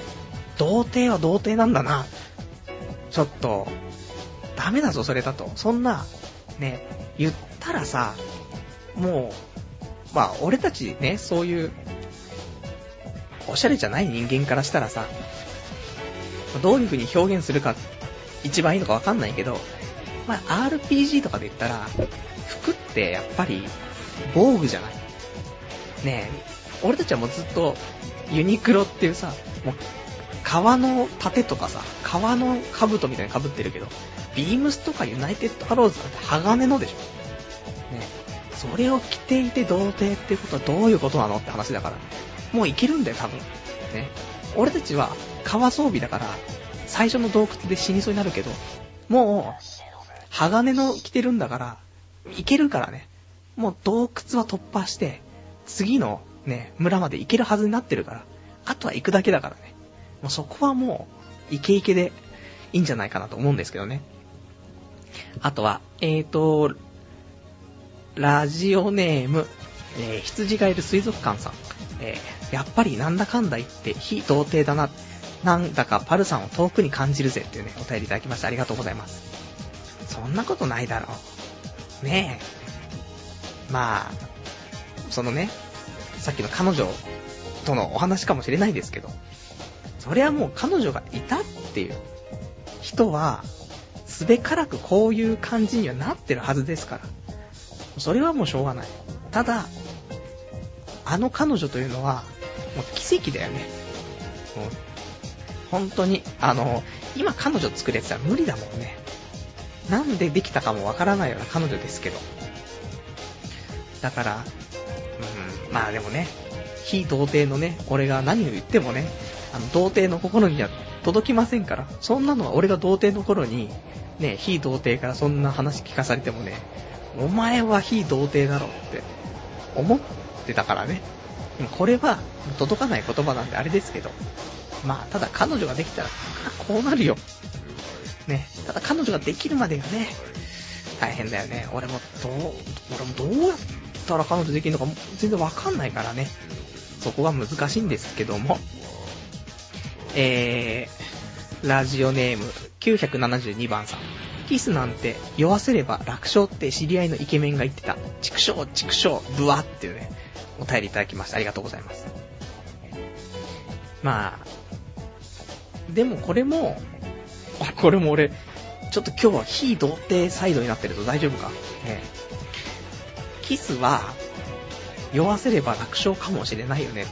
童貞は童貞なんだな。ちょっと、ダメだぞ、それだと。そんな、ね、言ったらさ、もう、まあ、俺たちね、そういう、おしゃれじゃない人間からしたらさ、どういう風に表現するか、一番いいのかわかんないけど、まあ、RPG とかで言ったら、服ってやっぱり、防具じゃない。ねえ、俺たちはもうずっと、ユニクロっていうさ、もう、革の盾とかさ、革の兜みたいに被ってるけど、ビームスとかユナイテッドアローズなんて鋼のでしょ。ねえ、それを着ていて童貞ってことはどういうことなのって話だから、もういけるんだよ、多分。ね。俺たちは、革装備だから、最初の洞窟で死にそうになるけど、もう、鋼の着てるんだから、いけるからね。もう洞窟は突破して、次のね、村まで行けるはずになってるから、あとは行くだけだからね。もうそこはもう、イケイケでいいんじゃないかなと思うんですけどね。あとは、ラジオネーム、羊がいる水族館さん。やっぱりなんだかんだ言って非童貞だな。なんだかパルさんを遠くに感じるぜっていうね、お便りいただきましてありがとうございます。そんなことないだろう。ねえ。まあ、そのね、さっきの彼女とのお話かもしれないですけど、それはもう彼女がいたっていう人は、すべからくこういう感じにはなってるはずですから。それはもうしょうがない。ただ、あの彼女というのは、もう奇跡だよね。もう本当に、今彼女作れてたら無理だもんね。なんでできたかもわからないような彼女ですけど。だから、まあでもね、非童貞のね、俺が何を言ってもね、童貞の心には届きませんから、そんなのは俺が童貞の頃に、ね、非童貞からそんな話聞かされてもね、お前は非童貞だろって思ってたからね。これは届かない言葉なんであれですけど、まあただ彼女ができたらこうなるよね。ただ彼女ができるまでがね大変だよね。俺もどうやったら彼女できるのか全然わかんないからね、そこが難しいんですけども、ラジオネーム972番さん、キスなんて酔わせれば楽勝って知り合いのイケメンが言ってた。チクショーブワっていうね、お便りいただきましてありがとうございます。まあでもこれも俺ちょっと今日は非童貞サイドになってると大丈夫か、ね、キスは酔わせれば楽勝かもしれないよねって。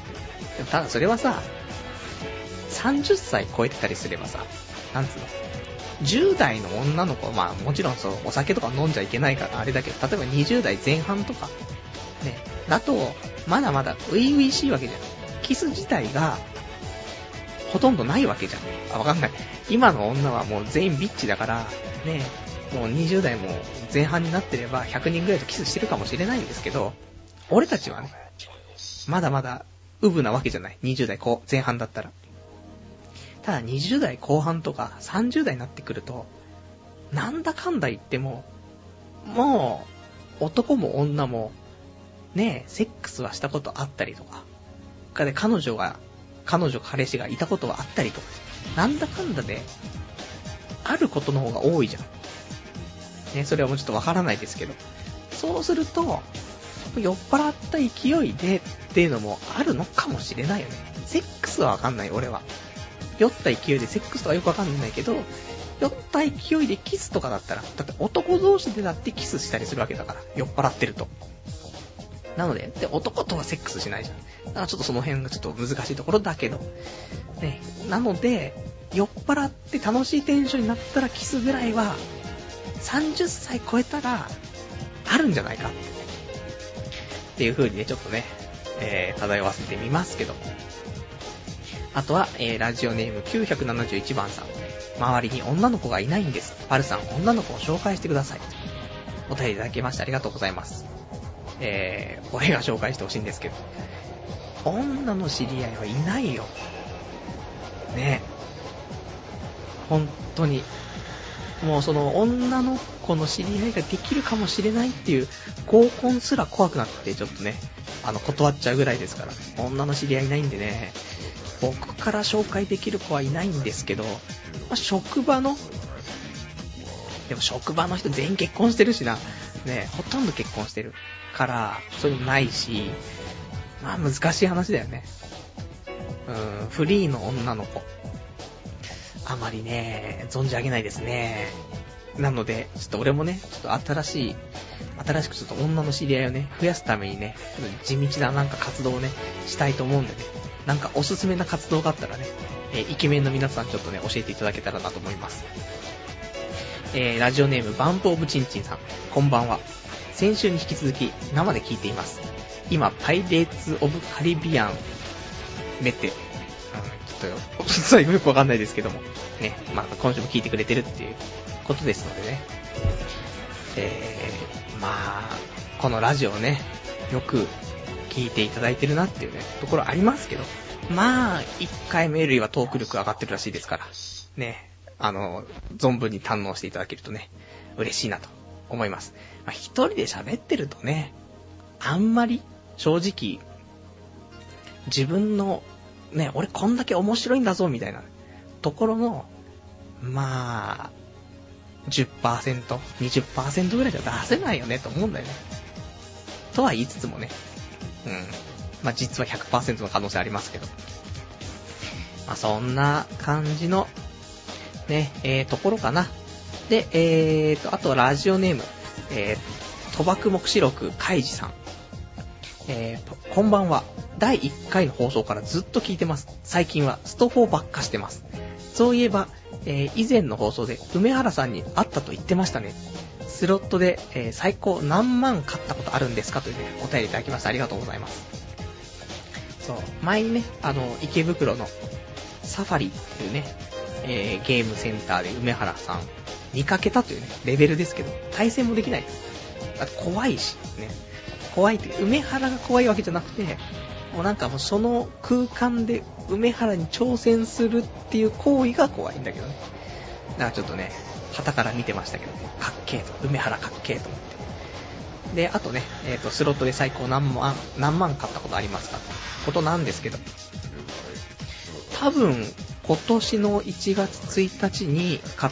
ただそれはさ、30歳超えてたりすればさ、なんつうの、10代の女の子、まあもちろんそうお酒とか飲んじゃいけないからあれだけど、例えば20代前半とかね、だとまだまだ初々しいわけじゃん。キス自体がほとんどないわけじゃん。わかんない。今の女はもう全員ビッチだからね、もう20代も前半になってれば100人ぐらいとキスしてるかもしれないんですけど、俺たちはね、まだまだウブなわけじゃない。20代前半だったら。ただ20代後半とか30代になってくると、なんだかんだ言っても、もう男も女もね、セックスはしたことあったりとか、で彼女彼氏がいたことはあったりとか、なんだかんだであることの方が多いじゃん。ね、それはもうちょっとわからないですけど、そうすると酔っ払った勢いでっていうのもあるのかもしれないよね。セックスはわかんない。俺は酔った勢いでセックスとかよくわかんないけど、酔った勢いでキスとかだったら、だって男同士でだってキスしたりするわけだから、酔っ払ってると。なので男とはセックスしないじゃん。だからちょっとその辺がちょっと難しいところだけどね。なので酔っ払って楽しいテンションになったらキスぐらいは30歳超えたらあるんじゃないかっていう風にね、ちょっとね、漂わせてみますけど。あとは、ラジオネーム971番さん、周りに女の子がいないんです。パルさん、女の子を紹介してください。お便りいただきましてありがとうございます。俺が紹介してほしいんですけど、女の知り合いはいないよね。本当にもうその女の子の知り合いができるかもしれないっていう合コンすら怖くなってちょっとね、断っちゃうぐらいですから、女の知り合いいないんでね、 僕から紹介できる子はいないんですけど、職場の、でも職場の人全員結婚してるしな、ね、ほとんど結婚してるから、そういうのないし、難しい話だよね。フリーの女の子。あまりね、存じ上げないですね。なので、ちょっと俺もね、ちょっと新しくちょっと女の知り合いをね、増やすためにね、地道ななんか活動をね、したいと思うんでね、なんかおすすめな活動があったらね、イケメンの皆さんちょっとね、教えていただけたらなと思います。ラジオネームバンプオブチンチンさん、こんばんは。先週に引き続き生で聞いています。今パイレーツオブカリビアンメテ、ちょっと最後よくわかんないですけどもね、今週も聞いてくれてるっていうことですのでね、このラジオをね、よく聞いていただいてるなっていうね、ところありますけど、1回目よりはトーク力上がってるらしいですから、ね、存分に堪能していただけるとね、嬉しいなと思います。一人で喋ってるとね、あんまり正直、自分の、ね、俺こんだけ面白いんだぞみたいなところの、10%、20% ぐらいじゃ出せないよねと思うんだよね。とは言いつつもね、実は 100% の可能性ありますけど。そんな感じの、ね、ところかな。で、あとラジオネーム、賭博目視録カイジさん。こんばんは。第1回の放送からずっと聞いてます。最近はスト4ばっかしてます。そういえば、以前の放送で梅原さんに会ったと言ってましたね。スロットで、最高何万買ったことあるんですかというね、お便りいただきました。ありがとうございます。そう、前にね、池袋のサファリっていうね、ゲームセンターで梅原さん見かけたというね、レベルですけど、対戦もできない。あと怖いし、ね。怖いって、梅原が怖いわけじゃなくて、もうその空間で梅原に挑戦するっていう行為が怖いんだけどね。だからちょっとね、旗から見てましたけど、かっけーと、梅原かっけーと思って。で、あとね、スロットで最高何万買ったことありますかってことなんですけど、多分、今年の1月1日に買った、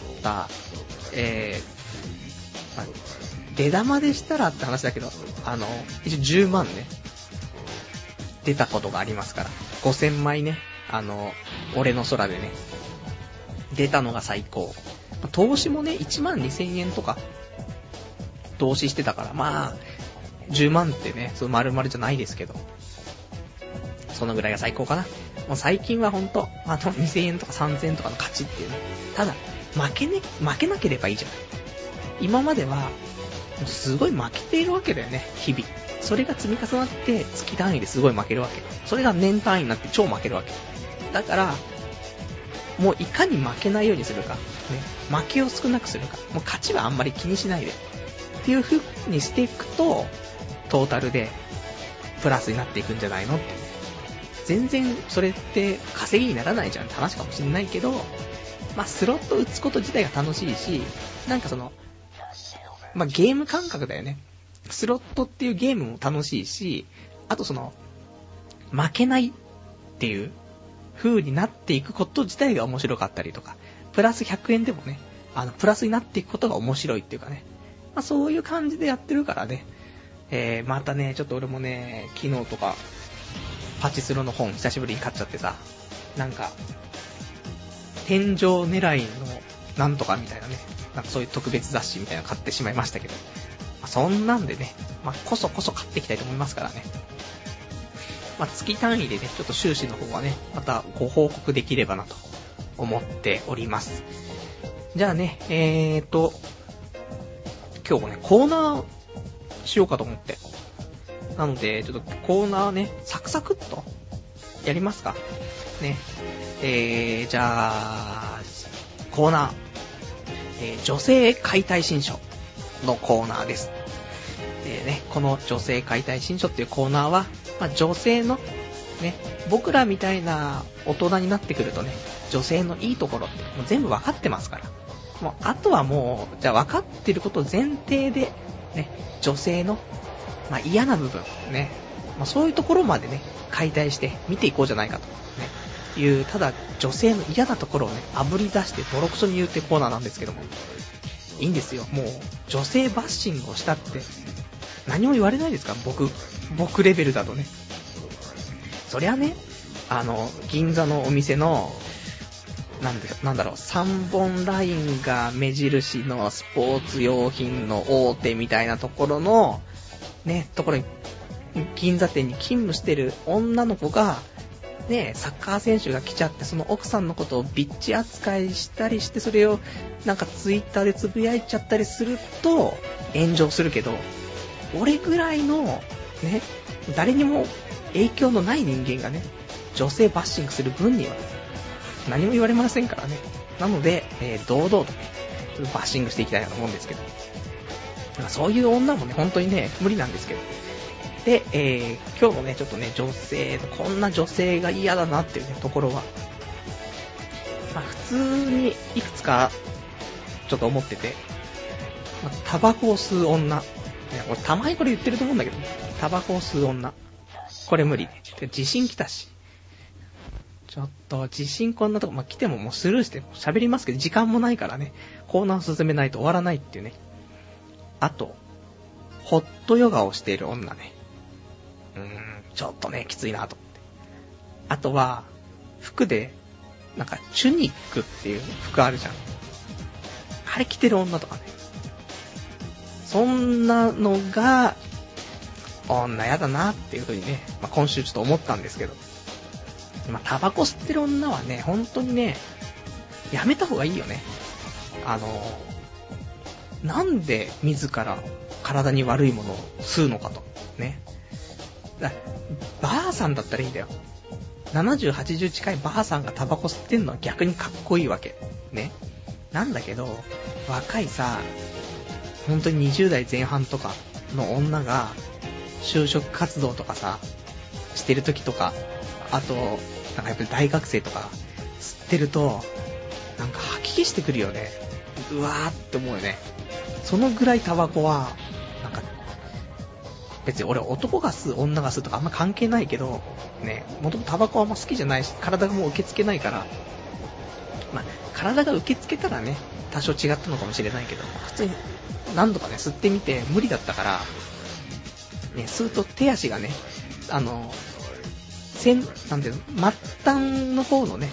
出玉でしたらって話だけど、一応10万ね、出たことがありますから、5000枚ね、俺の空でね、出たのが最高。投資もね、12,000円とか、投資してたから、10万ってね、その丸々じゃないですけど、そのぐらいが最高かな。もう最近はほんと、2000円とか3000円とかの勝ちっていうね。ただ、負けなければいいじゃない。今までは、もうすごい負けているわけだよね、日々。それが積み重なって月単位ですごい負けるわけ。それが年単位になって超負けるわけ。だから、もういかに負けないようにするか、ね、負けを少なくするか、もう勝ちはあんまり気にしないでっていう風にしていくと、トータルでプラスになっていくんじゃないのって。全然それって稼ぎにならないじゃんって話かもしれないけど、スロット打つこと自体が楽しいし、ゲーム感覚だよね。スロットっていうゲームも楽しいし、あと負けないっていう風になっていくこと自体が面白かったりとか、プラス100円でもね、プラスになっていくことが面白いっていうかね、そういう感じでやってるからね、またね、ちょっと俺もね、昨日とか、パチスロの本久しぶりに買っちゃってさ、天井狙いのなんとかみたいなね、そういう特別雑誌みたいなの買ってしまいましたけど、そんなんでね、こそこそ買っていきたいと思いますからね。月単位でね、ちょっと収支の方はね、またご報告できればなと思っております。じゃあね、今日もね、コーナーしようかと思って。なので、ちょっとコーナーね、サクサクっとやりますかね。じゃあ、コーナー、女性解体新書のコーナーです。この女性解体新書っていうコーナーは、女性のね、僕らみたいな大人になってくるとね、女性のいいところってもう全部分かってますから、もうあとはもうじゃあ分かってること前提でね、女性の嫌な部分ね、そういうところまでね解体して見ていこうじゃないかとね。 いう、ただ女性の嫌なところをね、炙り出してボロクソに言うってコーナーなんですけども、いいんですよ。もう、女性バッシングをしたって、何も言われないですか？僕レベルだとね。そりゃね、銀座のお店の、なんだろう、3本ラインが目印のスポーツ用品の大手みたいなところの、ね、ところに、銀座店に勤務してる女の子が、ね、サッカー選手が来ちゃって、その奥さんのことをビッチ扱いしたりして、それをなんかツイッターでつぶやいちゃったりすると、炎上するけど、俺ぐらいの、ね、誰にも影響のない人間がね、女性バッシングする分には、何も言われませんからね。なので、堂々とね、バッシングしていきたいなと思うんですけど。そういう女もね、本当にね、無理なんですけど。で、今日のね、ちょっとね、こんな女性が嫌だなっていうね、ところは、まあ、普通にいくつか、ちょっと思ってて、まあ、タバコを吸う女。俺たまにこれ言ってると思うんだけど、タバコを吸う女。これ無理ね。地震来たし。ちょっと、地震こんなとこ、まあ、来てももうスルーして喋りますけど、時間もないからね、コーナーを進めないと終わらないっていうね。あと、ホットヨガをしている女ね。ちょっとね、きついなと思って。あとは、服で、なんか、チュニックっていう服あるじゃん。あれ着てる女とかね。そんなのが、女やだなっていう風にね、まあ、今週ちょっと思ったんですけど。まあ、タバコ吸ってる女はね、本当にね、やめた方がいいよね。なんで自ら体に悪いものを吸うのかと。ね。ばあさんだったらいいんだよ。70、80近いばあさんがタバコ吸ってんのは逆にかっこいいわけ。ね。なんだけど、若いさ、本当に20代前半とかの女が、就職活動とかさ、してる時とか、あと、なんかやっぱり大学生とか、吸ってると、なんか吐き気してくるよね。うわーって思うよね。そのぐらいタバコは、なんか、別に俺男が吸う女が吸うとかあんま関係ないけどね、もともとタバコはあんま好きじゃないし、体がもう受け付けないから、まあ体が受け付けたらね、多少違ったのかもしれないけど、普通に何度かね吸ってみて無理だったからね、吸うと手足がね、なんていうの、末端の方のね、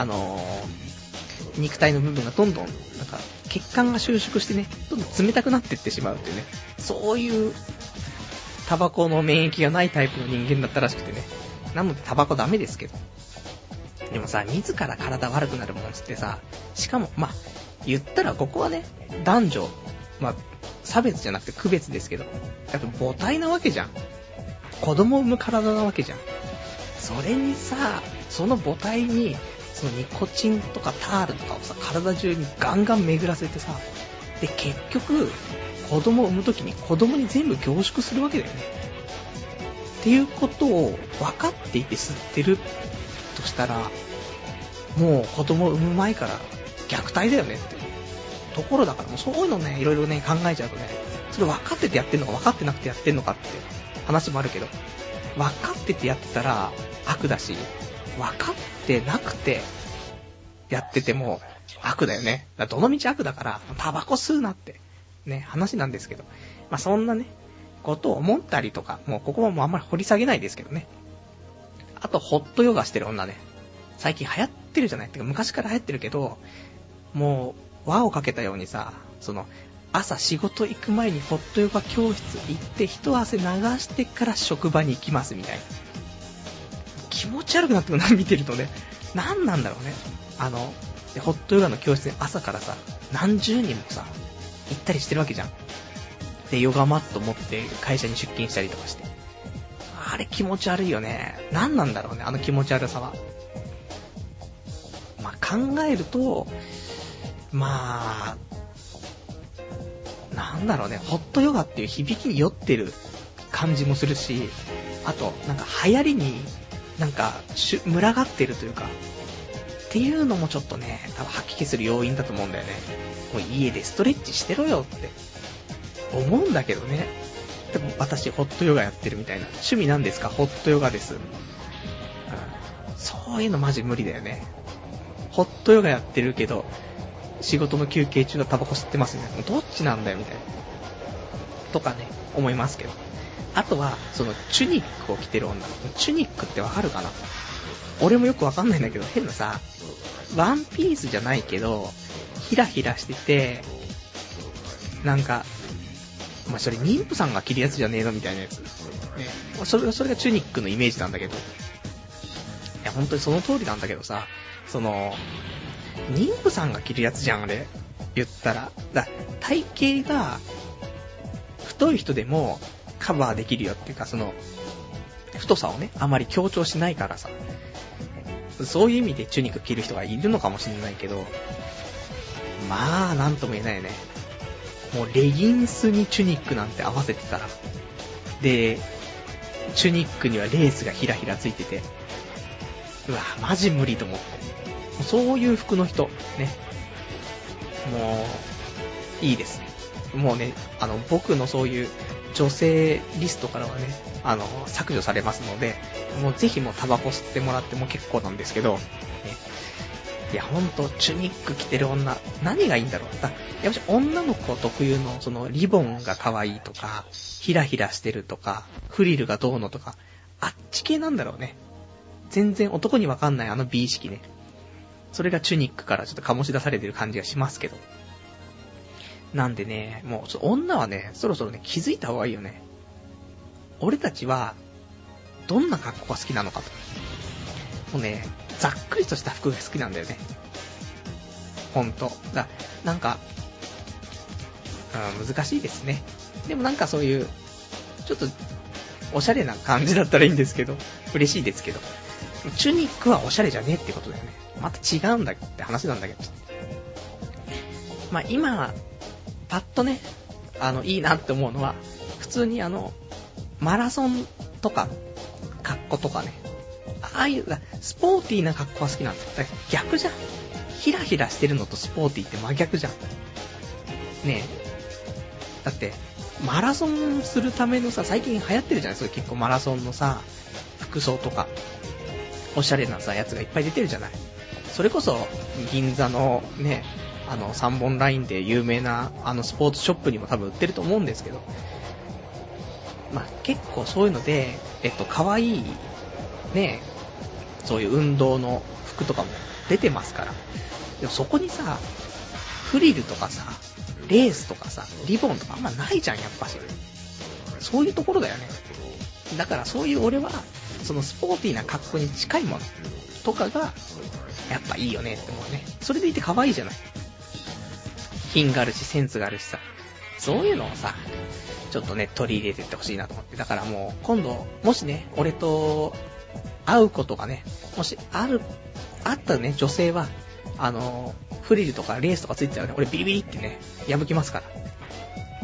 肉体の部分がどんどんなんか血管が収縮してね、どんどん冷たくなっていってしまうっていうね、そういうタバコの免疫がないタイプの人間だったらしくてね。なのでタバコダメですけど。でもさ、自ら体悪くなるもんつってさ、しかも、まあ、言ったらここはね、男女、まあ、差別じゃなくて区別ですけど、だって母体なわけじゃん。子供を産む体なわけじゃん。それにさ、その母体に、そのニコチンとかタールとかをさ、体中にガンガン巡らせてさ、で、結局、子供を産むときに子供に全部凝縮するわけだよね。っていうことを分かっていて吸ってるとしたら、もう子供を産む前から虐待だよねってところだから、もうそういうのね、いろいろね考えちゃうとね、それ分かっててやってんのか分かってなくてやってんのかって話もあるけど、分かっててやってたら悪だし、分かってなくてやってても悪だよね。だからどの道悪だから、タバコ吸うなってね、話なんですけど、まあそんなね、ことを思ったりとか、もうここはもうあんまり掘り下げないですけどね。あと、ホットヨガしてる女ね。最近流行ってるじゃないってか、昔から流行ってるけど、もう、輪をかけたようにさ、朝仕事行く前にホットヨガ教室行って、一汗流してから職場に行きますみたいな。気持ち悪くなってくるな、見てるとね。なんなんだろうね。ホットヨガの教室に朝からさ、何十人もさ、行ったりしてるわけじゃん。で、ヨガマット持って会社に出勤したりとかして。あれ気持ち悪いよね。なんなんだろうね、あの気持ち悪さは。まあ、考えると、まあ、なんだろうね、ホットヨガっていう響きに酔ってる感じもするし、あと、なんか流行りに、なんか、群がってるというか、っていうのもちょっとね、多分吐き気する要因だと思うんだよね。もう家でストレッチしてろよって思うんだけどね。でも私ホットヨガやってるみたいな。趣味なんですか？ホットヨガです。 そういうのマジ無理だよね。ホットヨガやってるけど、仕事の休憩中はタバコ吸ってますね。どっちなんだよみたいな。とかね、思いますけど。あとは、そのチュニックを着てる女。チュニックってわかるかな？俺もよくわかんないんだけど、変なさ、ワンピースじゃないけど、ヒラヒラしてて、なんか、まあ、それ妊婦さんが着るやつじゃねえのみたいなやつ。ね、それがチュニックのイメージなんだけど。いや、本当にその通りなんだけどさ、妊婦さんが着るやつじゃん、あれ。言ったら。体型が、太い人でもカバーできるよっていうか、太さをね、あまり強調しないからさ。そういう意味でチュニック着る人がいるのかもしれないけど、まあ、なんとも言えないよね。もうレギンスにチュニックなんて合わせてたら。で、チュニックにはレースがヒラヒラついてて、うわ、マジ無理と思って。そういう服の人、ね。もう、いいです。もうね、僕のそういう女性リストからはね、削除されますので、もうぜひもうタバコ吸ってもらっても結構なんですけど、ね、いやほんと、チュニック着てる女、何がいいんだろう。やっぱり女の子特有のそのリボンが可愛いとか、ヒラヒラしてるとか、フリルがどうのとか、あっち系なんだろうね。全然男にわかんない美意識ね。それがチュニックからちょっと醸し出されてる感じがしますけど。なんでね、もう女はね、そろそろね、気づいた方がいいよね。俺たちは、どんな格好が好きなのかと。もうね、ざっくりとした服が好きなんだよね。ほんと。なんか、難しいですね。でもなんかそういう、ちょっと、おしゃれな感じだったらいいんですけど、嬉しいですけど。チュニックはおしゃれじゃねえってことだよね。また違うんだって話なんだけど。まあ今、パッとね、いいなって思うのは、普通にマラソンとか、格好とかね。ああいう、スポーティーな格好は好きなんですよ。だから逆じゃん。ヒラヒラしてるのとスポーティーって真逆じゃん。ねえ。だって、マラソンするためのさ、最近流行ってるじゃないですか。結構マラソンのさ、服装とか、おしゃれなさ、やつがいっぱい出てるじゃない。それこそ、銀座のね、3本ラインで有名な、スポーツショップにも多分売ってると思うんですけど、まあ、結構そういうので、可愛い、ね、そういう運動の服とかも出てますから。でもそこにさ、フリルとかさ、レースとかさ、リボンとかあんまないじゃん、やっぱし。そういうところだよね。だからそういう俺は、そのスポーティーな格好に近いものとかが、やっぱいいよねって思うね。それでいて可愛いじゃない。品があるし、センスがあるしさ。そういうのをさ、ちょっとね、取り入れてってほしいなと思って。だからもう、今度、もしね、俺と会うことがね、もしあったね、女性は、フリルとかレースとかついてたらね、俺ビリビリってね、破きますから。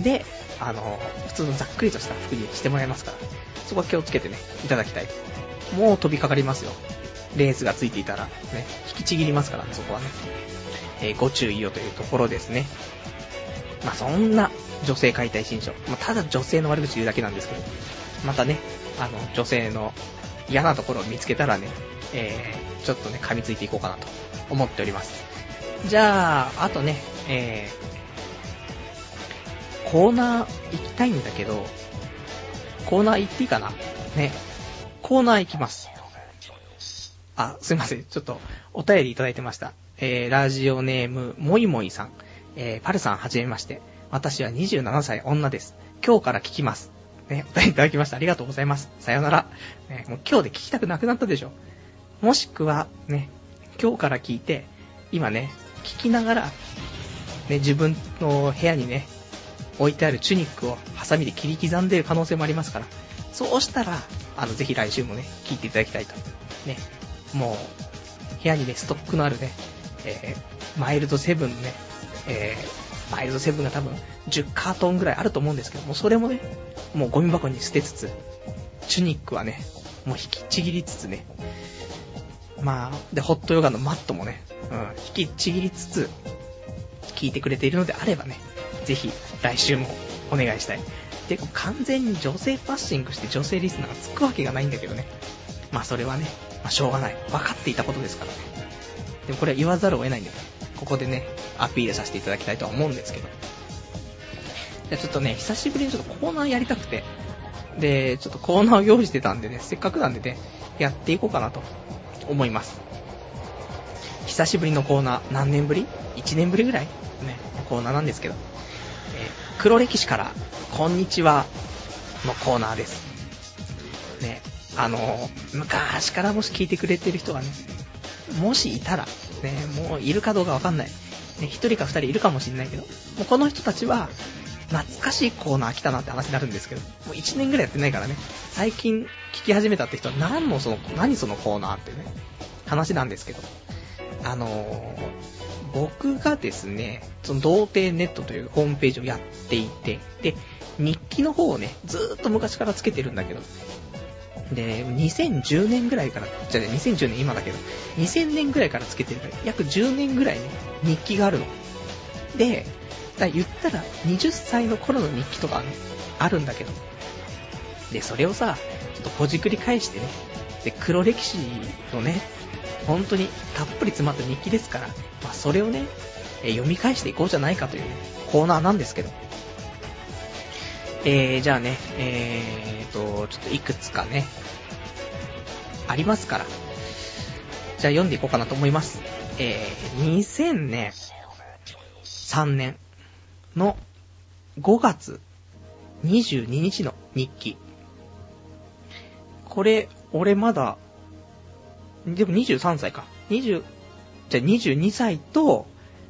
で、普通のざっくりとした服にしてもらいますから。そこは気をつけてね、いただきたい。もう飛びかかりますよ。レースがついていたら、ね、引きちぎりますから、そこはね。ご注意をというところですね。まあそんな女性解体新書。まあただ女性の悪口言うだけなんですけど、またね、女性の嫌なところを見つけたらね、ちょっとね、噛みついていこうかなと思っております。じゃあ、あとね、コーナー行きたいんだけど、コーナー行っていいかなね。コーナー行きます。あ、すいません。ちょっと、お便りいただいてました。ラジオネーム、もいもいさん。パルさん、はじめまして。私は27歳女です。今日から聞きます。ね、お便りいただきました。ありがとうございます。さよなら。ね、もう今日で聞きたくなくなったでしょ。もしくは、ね、今日から聞いて、今ね、聞きながら、ね、自分の部屋にね、置いてあるチュニックをハサミで切り刻んでいる可能性もありますから、そうしたら、ぜひ来週もね、聞いていただきたいと。ね、もう、部屋にね、ストックのあるね、マイルドセブンね、マイルドセブンが多分10カートンぐらいあると思うんですけども、それもね、もうゴミ箱に捨てつつ、チュニックはね、もう引きちぎりつつね、まあ、で、ホットヨガのマットもね、引きちぎりつつ、聞いてくれているのであればね、ぜひ来週もお願いしたい。で、完全に女性パッシングして女性リスナーがつくわけがないんだけどね。まあそれはね、 まあ、しょうがない。分かっていたことですからね。でもこれは言わざるを得ないんで、ここでね、アピールさせていただきたいとは思うんですけど。じゃあちょっとね、久しぶりにちょっとコーナーやりたくて、で、ちょっとコーナーを用意してたんでね、せっかくなんでね、やっていこうかなと思います。久しぶりのコーナー、何年ぶり ?1 年ぶりぐらいね、コーナーなんですけど、黒歴史からこんにちはのコーナーです。ね、昔からもし聞いてくれてる人がね、もしいたら、ね、もういるかどうかわかんない。ね、1人か2人いるかもしんないけど、もうこの人たちは、懐かしいコーナー来たなって話になるんですけど、もう1年ぐらいやってないからね、最近聞き始めたって人は何そのコーナーってね、話なんですけど、僕がですね、その童貞ネットというホームページをやっていて、で、日記の方をね、ずーっと昔からつけてるんだけど、で、2010年ぐらいから、2010年今だけど、2000年ぐらいからつけてるから、約10年ぐらいね、日記があるの。で、言ったら20歳の頃の日記とかね、あるんだけど、で、それをさ、ちょっとほじくり返してね、で、黒歴史のね、本当にたっぷり詰まった日記ですから、まあ、それをね、読み返していこうじゃないかという、ね、コーナーなんですけど、じゃあね、ちょっといくつかね、ありますから、じゃあ読んでいこうかなと思います。2003年の5月22日の日記。これ、俺まだ、でも23歳か。じゃあ22歳と、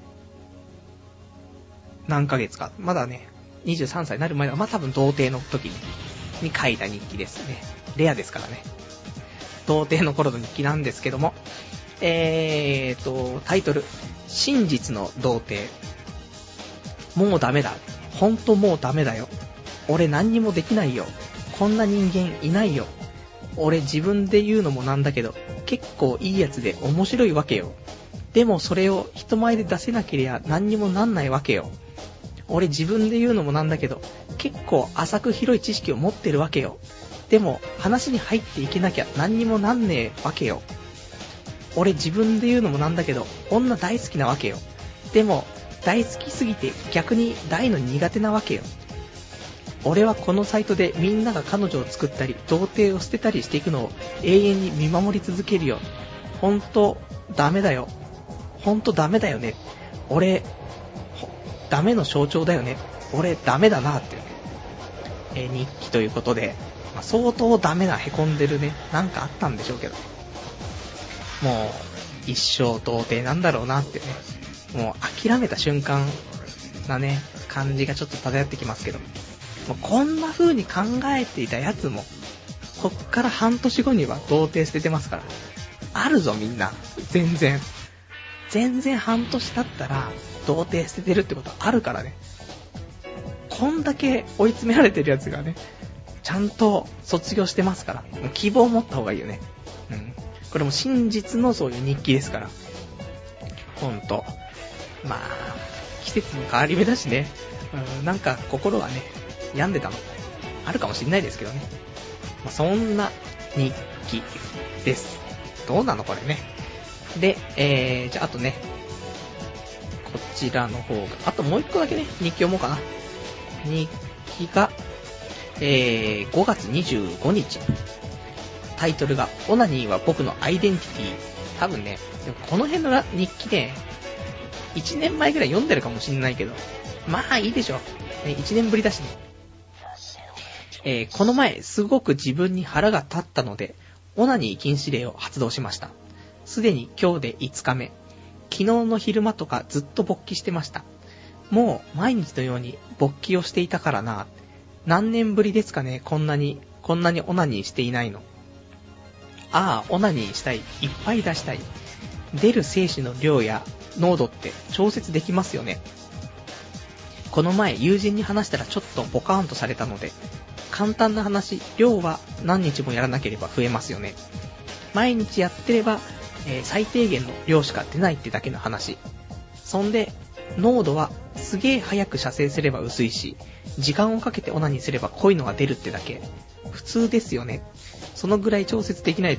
何ヶ月か。まだね、23歳になる前は、まあ多分童貞の時に書いた日記ですね。レアですからね。童貞の頃の日記なんですけども、タイトル、真実の童貞。もうダメだ。ほんともうダメだよ。俺何にもできないよ。こんな人間いないよ。俺自分で言うのもなんだけど、結構いいやつで面白いわけよ。でもそれを人前で出せなけりゃ何にもなんないわけよ。俺自分で言うのもなんだけど、結構浅く広い知識を持ってるわけよ。でも話に入っていけなきゃ何にもなんねえわけよ。俺自分で言うのもなんだけど、女大好きなわけよ。でも大好きすぎて逆に大の苦手なわけよ。俺はこのサイトでみんなが彼女を作ったり童貞を捨てたりしていくのを永遠に見守り続けるよ。ほんとダメだよ。ほんとダメだよね。俺ダメの象徴だよね。俺ダメだなっていうね、日記ということで、まあ、相当ダメな凹んでるね、なんかあったんでしょうけど、もう一生童貞なんだろうなってね、もう諦めた瞬間なね、感じがちょっと漂ってきますけど、もうこんな風に考えていたやつも、こっから半年後には童貞捨ててますから、あるぞみんな、全然半年経ったら童貞捨ててるってことあるからね。こんだけ追い詰められてるやつがね、ちゃんと卒業してますから、もう希望を持った方がいいよね。うん。これも真実のそういう日記ですから。ほんと。まあ、季節の変わり目だしね。なんか心はね、病んでたの。あるかもしれないですけどね。まあ、そんな日記です。どうなのこれね。で、じゃああとね、こちらの方が、あともう一個だけね、日記読もうかな。日記が、5月25日。タイトルが、オナニーは僕のアイデンティティ。多分ね、でもこの辺の日記ね、1年前ぐらい読んでるかもしんないけど、まあいいでしょ。1年ぶりだしね。この前、すごく自分に腹が立ったので、オナニー禁止令を発動しました。すでに今日で5日目。昨日の昼間とかずっと勃起してました。もう毎日のように勃起をしていたからな。何年ぶりですかね、こんなにオナニーしていないの。ああ、オナニーしたい。いっぱい出したい。出る精子の量や濃度って調節できますよね。この前友人に話したらちょっとポカーンとされたので、簡単な話、量は何日もやらなければ増えますよね。毎日やってれば、最低限の量しか出ないってだけの話。そんで、濃度はすげえ早く射精すれば薄いし、時間をかけてオナニーすれば濃いのが出るってだけ。普通ですよね。そのぐらい調節できないと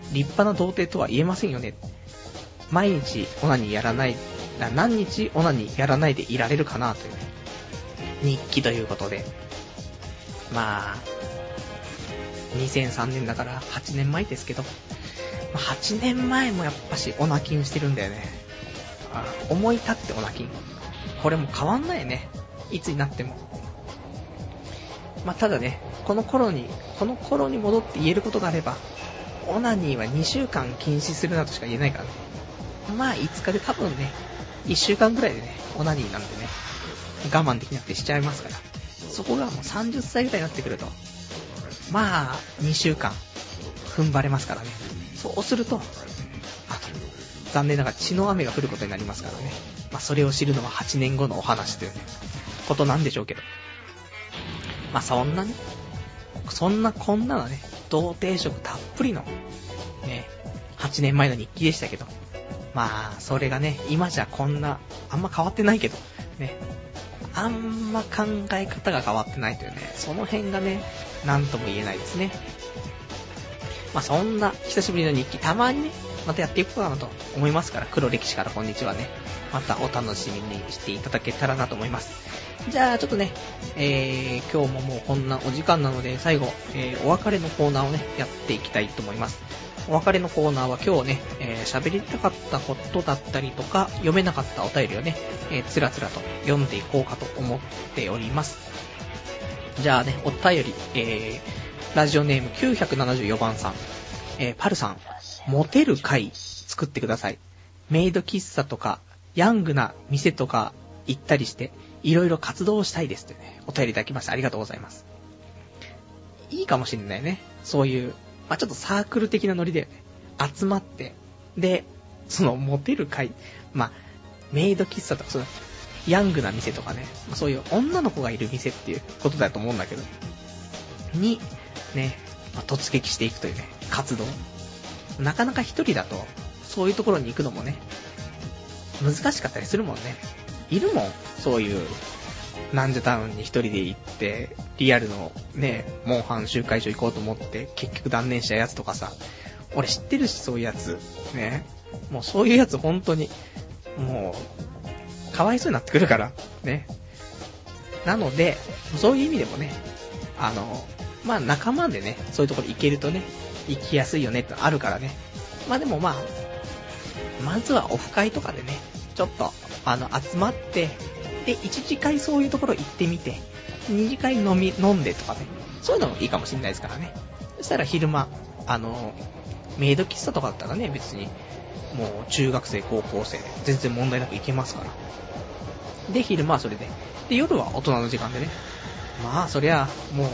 立派な童貞とは言えませんよね。毎日オナニーやらない、何日オナニーやらないでいられるかなというね、日記ということで。まあ、2003年だから8年前ですけど、8年前もやっぱしオナキンしてるんだよね。思い立ってオナキン。これも変わんないよね。いつになっても。まあ、ただね、この頃に戻って言えることがあれば、オナニーは2週間禁止するなとしか言えないからね。まあ、5日で多分ね、1週間ぐらいでね、オナニーなんでね、我慢できなくてしちゃいますから。そこがもう30歳ぐらいになってくると、まあ、2週間、踏ん張れますからね。そうすると、残念ながら血の雨が降ることになりますからね。まあ、それを知るのは8年後のお話というね、ことなんでしょうけど。まあ、そんなこんなのね、童貞色たっぷりの、ね、8年前の日記でしたけど、まあ、それがね、今じゃあんま変わってないけど、ね、あんま考え方が変わってないというね、その辺がね、なんとも言えないですね。まあ、そんな久しぶりの日記、たまにね、またやっていこうかなと思いますから、黒歴史からこんにちはね、またお楽しみにしていただけたらなと思います。じゃあちょっとね、今日ももうこんなお時間なので、最後、お別れのコーナーをね、やっていきたいと思います。お別れのコーナーは今日ね、喋りたかったことだったりとか、読めなかったお便りをね、つらつらと読んでいこうかと思っております。じゃあね、お便り、ラジオネーム974番さん、パルさん、モテる会作ってください。メイド喫茶とか、ヤングな店とか行ったりして、いろいろ活動したいですってね、お便りいただきました。ありがとうございます。いいかもしれないね。そういう、まあ、ちょっとサークル的なノリで、ね、集まって、で、そのモテる会、まあ、メイド喫茶とか、そうヤングな店とかね、そういう女の子がいる店っていうことだと思うんだけど、に、ね、まあ、突撃していくというね、活動。なかなか一人だと、そういうところに行くのもね、難しかったりするもんね。いるもん、そういう、なんじゃタウンに一人で行って、リアルのね、モンハン集会所行こうと思って、結局断念したやつとかさ、俺知ってるし、そういうやつ。ね。もうそういうやつ本当に、もう、かわいそうになってくるから、ね。なので、そういう意味でもね、まあ仲間でね、そういうところ行けるとね、行きやすいよねってあるからね。まあでもまずはオフ会とかでね、ちょっと、集まって、で、1次会そういうところ行ってみて、2次会飲んでとかね、そういうのもいいかもしれないですからね。そしたら昼間、メイド喫茶とかだったらね、別に、もう中学生、高校生、全然問題なく行けますから。で、昼間はそれで。で、夜は大人の時間でね。まあ、そりゃ、もう、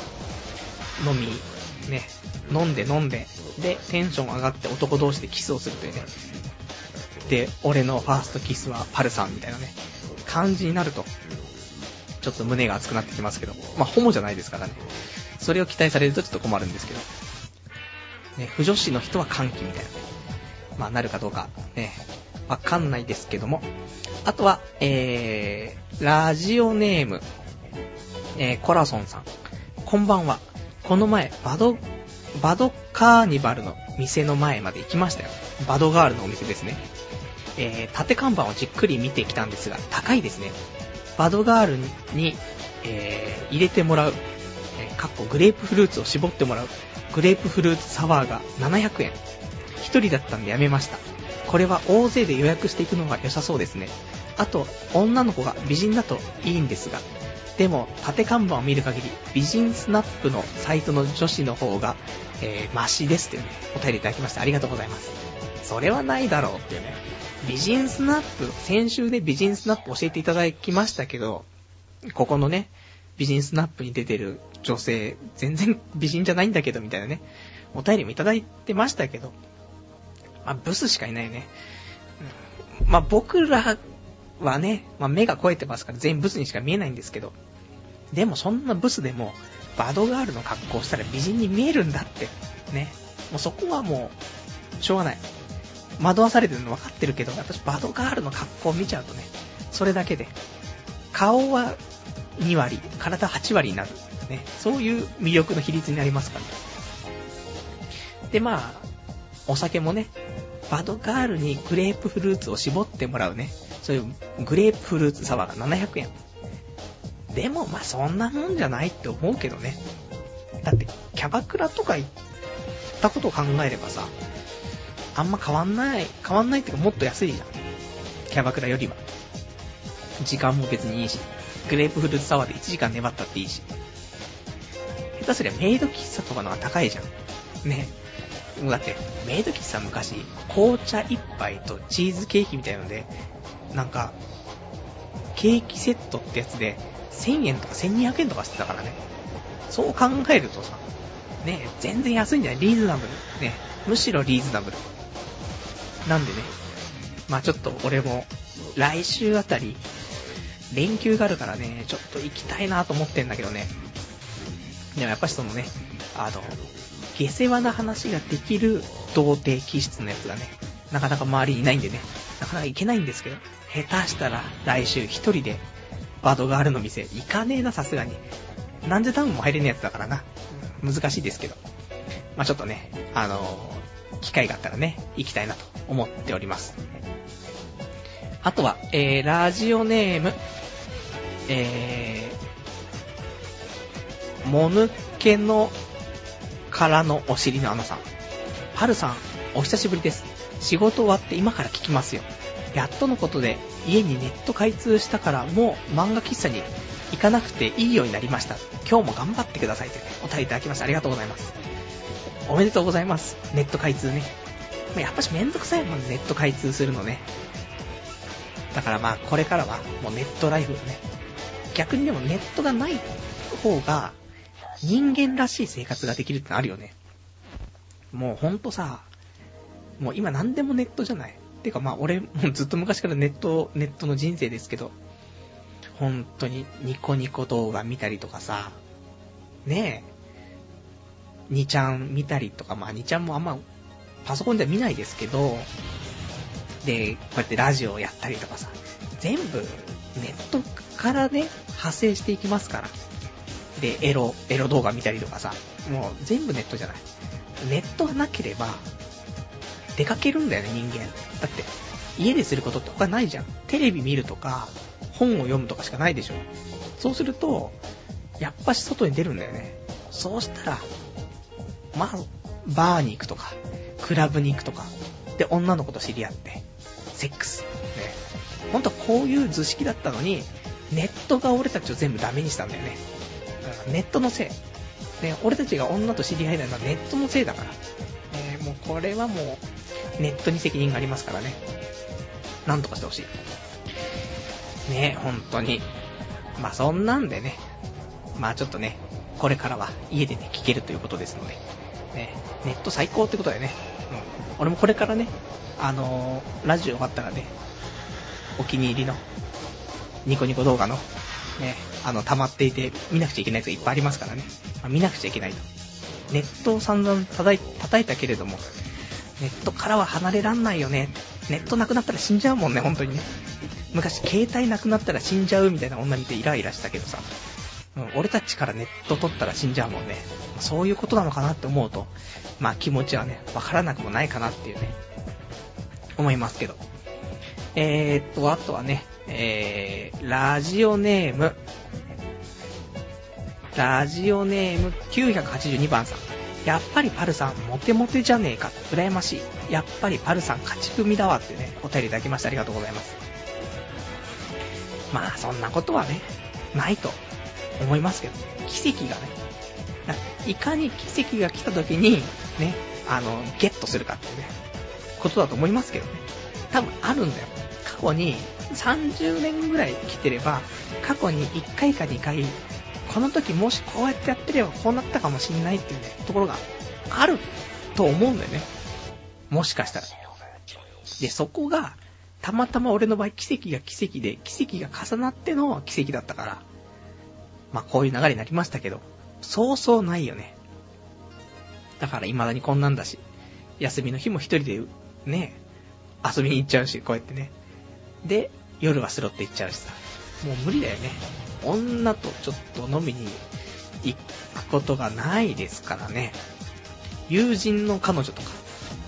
飲んで、で、テンション上がって男同士でキスをするというね。で、俺のファーストキスはパルさんみたいなね、感じになると、ちょっと胸が熱くなってきますけど、まあ、ホモじゃないですからね。それを期待されるとちょっと困るんですけど。ね、不女子の人は歓喜みたいな。まあ、なるかどうか、ね、わかんないですけども。あとは、ラジオネーム、コラソンさん。こんばんは。この前、バドカーニバルの店の前まで行きましたよ。バドガールのお店ですね。縦看板をじっくり見てきたんですが、高いですね。バドガールに、入れてもらう、グレープフルーツを絞ってもらう、グレープフルーツサワーが700円。一人だったんでやめました。これは大勢で予約していくのが良さそうですね。あと、女の子が美人だといいんですが、でも、縦看板を見る限り、美人スナップのサイトの女子の方が、マシですというね、お便りいただきましてありがとうございます。それはないだろうっていうね。美人スナップ、先週で美人スナップ教えていただきましたけど、ここのね、美人スナップに出てる女性、全然美人じゃないんだけどみたいなね、お便りもいただいてましたけど、まあ、ブスしかいないよね。まあ、僕らはね、まあ、目が肥えてますから全員ブスにしか見えないんですけど、でもそんなブスでもバドガールの格好をしたら美人に見えるんだってね。もうそこはもうしょうがない。惑わされてるの分かってるけど、私バドガールの格好を見ちゃうとね、それだけで顔は2割、体8割になるね。そういう魅力の比率になりますから。でまあお酒もね、バドガールにグレープフルーツを絞ってもらうね、そういうグレープフルーツサワーが700円。でもまあそんなもんじゃないって思うけどね。だってキャバクラとか行ったことを考えればさ、あんま変わんないっていうかもっと安いじゃん。キャバクラよりは。時間も別にいいし、グレープフルーツサワーで1時間粘ったっていいし。下手すりゃメイド喫茶とかのが高いじゃん。ね。だってメイド喫茶昔紅茶1杯とチーズケーキみたいなので、なんかケーキセットってやつで1000円とか1200円とかしてたからね。そう考えるとさ、ね、全然安いんじゃない？リーズナブル。ね、むしろリーズナブル。なんでね、まあちょっと俺も来週あたり連休があるからね、ちょっと行きたいなと思ってんだけどね。でもやっぱしそのね、下世話な話ができる童貞気質のやつがね、なかなか周りにいないんでね、なかなか行けないんですけど、下手したら来週一人でバドガールの店行かねえな、さすがに。なんでタウンも入れねえやつだからな。難しいですけど。まあちょっとね、機会があったらね、行きたいなと思っております。あとは、ラジオネーム、もぬけのからのお尻のアナさん。はるさん、お久しぶりです。仕事終わって今から聞きますよ。やっとのことで家にネット開通したからもう漫画喫茶に行かなくていいようになりました。今日も頑張ってくださいという、ね、お便りいただきました。ありがとうございます。おめでとうございます。ネット開通ね。やっぱしめんどくさいもん、ネット開通するのね。だからまあこれからはもうネットライフね。逆にでもネットがない方が人間らしい生活ができるってのあるよね。もうほんとさ、もう今何でもネットじゃない。てかまあ俺もうずっと昔からネットの人生ですけど、本当にニコニコ動画見たりとかさ、ねえ、2ちゃん見たりとか、まあ2ちゃんもあんまパソコンでは見ないですけど、で、こうやってラジオをやったりとかさ、全部ネットからね、派生していきますから。で、エロ動画見たりとかさ、もう全部ネットじゃない。ネットがなければ、出かけるんだよね、人間。だって、家ですることって他ないじゃん。テレビ見るとか、本を読むとかしかないでしょ。そうすると、やっぱし外に出るんだよね。そうしたら、まあ、バーに行くとか、クラブに行くとか、で、女の子と知り合って、セックス。ね。ほんとこういう図式だったのに、ネットが俺たちを全部ダメにしたんだよね。ネットのせい。ね、俺たちが女と知り合いなのはネットのせいだから。もうこれはもう、ネットに責任がありますからね。なんとかしてほしい。ね、本当に。まあそんなんでね、まあちょっとね、これからは家でね、聞けるということですので、ね、ネット最高ってことだよね。うん。俺もこれからね、ラジオ終わったらね、お気に入りの、ニコニコ動画の、ね、溜まっていて見なくちゃいけないやつがいっぱいありますからね。まあ、見なくちゃいけないと。ネットを散々叩いたけれども、ネットからは離れらんないよね。ネットなくなったら死んじゃうもんね、本当にね。昔携帯なくなったら死んじゃうみたいな女見てイライラしたけどさ、俺たちからネット取ったら死んじゃうもんね。そういうことなのかなって思うと、まあ気持ちはね、わからなくもないかなっていうね、思いますけど。あとはね、ラジオネーム982番さん。やっぱりパルさんモテモテじゃねえか、羨ましい。やっぱりパルさん勝ち組だわってね、お便りいただきました。ありがとうございます。まあそんなことはね、ないと思いますけど、奇跡がね、いかに奇跡が来た時にね、ゲットするかっていうね、ことだと思いますけどね。多分あるんだよ。過去に30年ぐらい来てれば、過去に1回か2回、この時もしこうやってやってればこうなったかもしんないっていうね、ところがあると思うんだよね。もしかしたら。で、そこが、たまたま俺の場合奇跡が奇跡で、奇跡が重なっての奇跡だったから、まあこういう流れになりましたけど、そうそうないよね。だから未だにこんなんだし、休みの日も一人でね、遊びに行っちゃうし、こうやってね。で、夜はスロット行っちゃうしさ。もう無理だよね。女とちょっと飲みに行くことがないですからね。友人の彼女とか、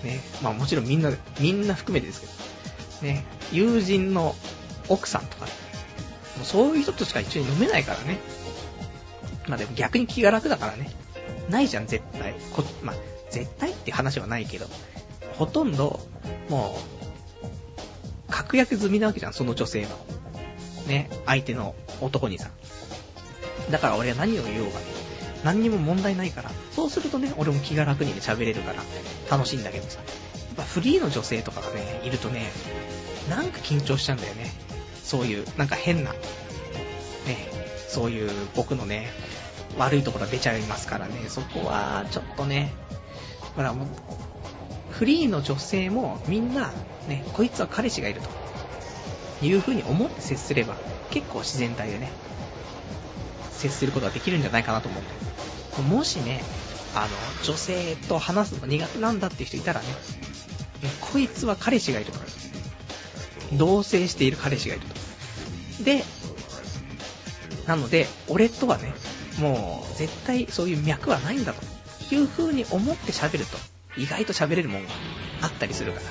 ね、まあもちろんみんな含めてですけど、ね、友人の奥さんとか、もうそういう人としか一緒に飲めないからね。まあでも逆に気が楽だからね。ないじゃん、絶対。まあ、絶対って話はないけど、ほとんど、もう、確約済みなわけじゃん、その女性は。ね、相手の男にさ。だから俺は何を言おうがね、何にも問題ないから、そうするとね、俺も気が楽にね、喋れるから、楽しいんだけどさ。やっぱフリーの女性とかがね、いるとね、なんか緊張しちゃうんだよね。そういう、なんか変な、ね、そういう僕のね、悪いところが出ちゃいますからね、そこはちょっとね、ほらもう、フリーの女性もみんな、ね、こいつは彼氏がいるという風に思って接すれば、結構自然体でね、接することができるんじゃないかなと思う。もしね、女性と話すのが苦手なんだっていう人いたらね、こいつは彼氏がいるとか、同棲している彼氏がいると。で、なので、俺とはね、もう絶対そういう脈はないんだという風に思って喋ると、意外と喋れるもんがあったりするから、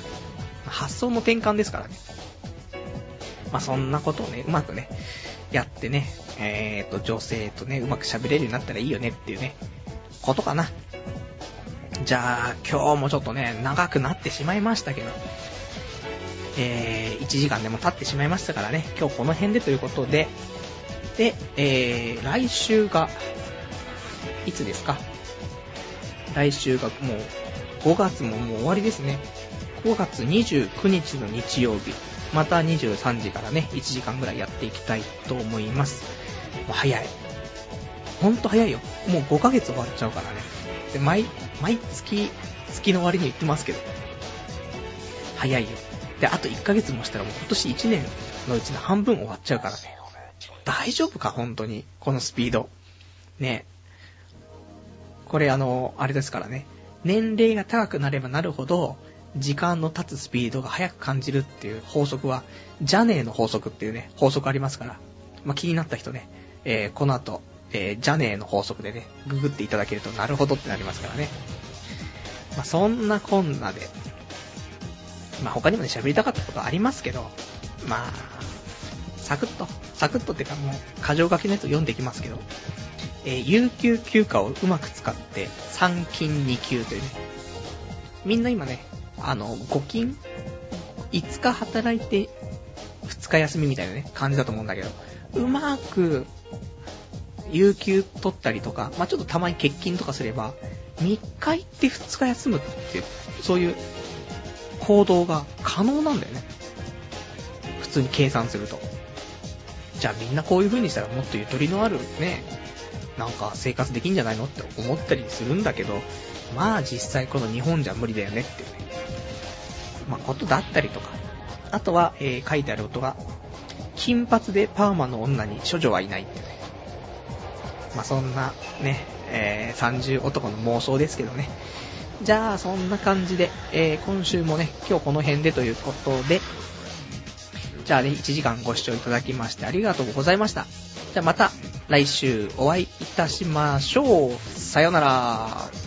発想の転換ですからね。まあそんなことをね、うまくね、やってね、女性とね、うまく喋れるようになったらいいよねっていうね、ことかな。じゃあ、今日もちょっとね、長くなってしまいましたけど、1時間でも経ってしまいましたからね、今日この辺でということで、で、来週が、いつですか？来週がもう、5月ももう終わりですね。5月29日の日曜日、また23時からね、1時間ぐらいやっていきたいと思います。もう早い。ほんと早いよ。もう5ヶ月終わっちゃうからね。で、毎月、月の終わりに言ってますけど。早いよ。で、あと1ヶ月もしたらもう今年1年のうちの半分終わっちゃうからね。大丈夫か本当に。このスピード。ね。これあれですからね。年齢が高くなればなるほど、時間の経つスピードが速く感じるっていう法則は、ジャネーの法則っていうね、法則ありますから。まあ、気になった人ね、この後、ジャネーの法則でね、ググっていただけるとなるほどってなりますからね。まあ、そんなこんなで、まあ、他にもね、喋りたかったことありますけど、まあ、サクッとっていうかもう、箇条書きのやつを読んでいきますけど、有給休暇をうまく使って、3勤2休というね、みんな今ね、5勤5日働いて2日休みみたいなね、感じだと思うんだけど、うまく、有給取ったりとか、まあ、ちょっとたまに欠勤とかすれば、3日行って2日休むっていう、そういう行動が可能なんだよね。普通に計算すると。じゃあみんなこういう風にしたらもっとゆとりのあるね、なんか生活できんじゃないのって思ったりするんだけど、まあ実際この日本じゃ無理だよねっていうね、まあことだったりとか。あとは、書いてあることが、金髪でパーマの女に処女はいないってね。まあそんなね、30男の妄想ですけどね。じゃあそんな感じで、今週もね、今日この辺でということで、じゃあね、1時間ご視聴いただきましてありがとうございました。じゃあまた来週お会いいたしましょう。さよなら。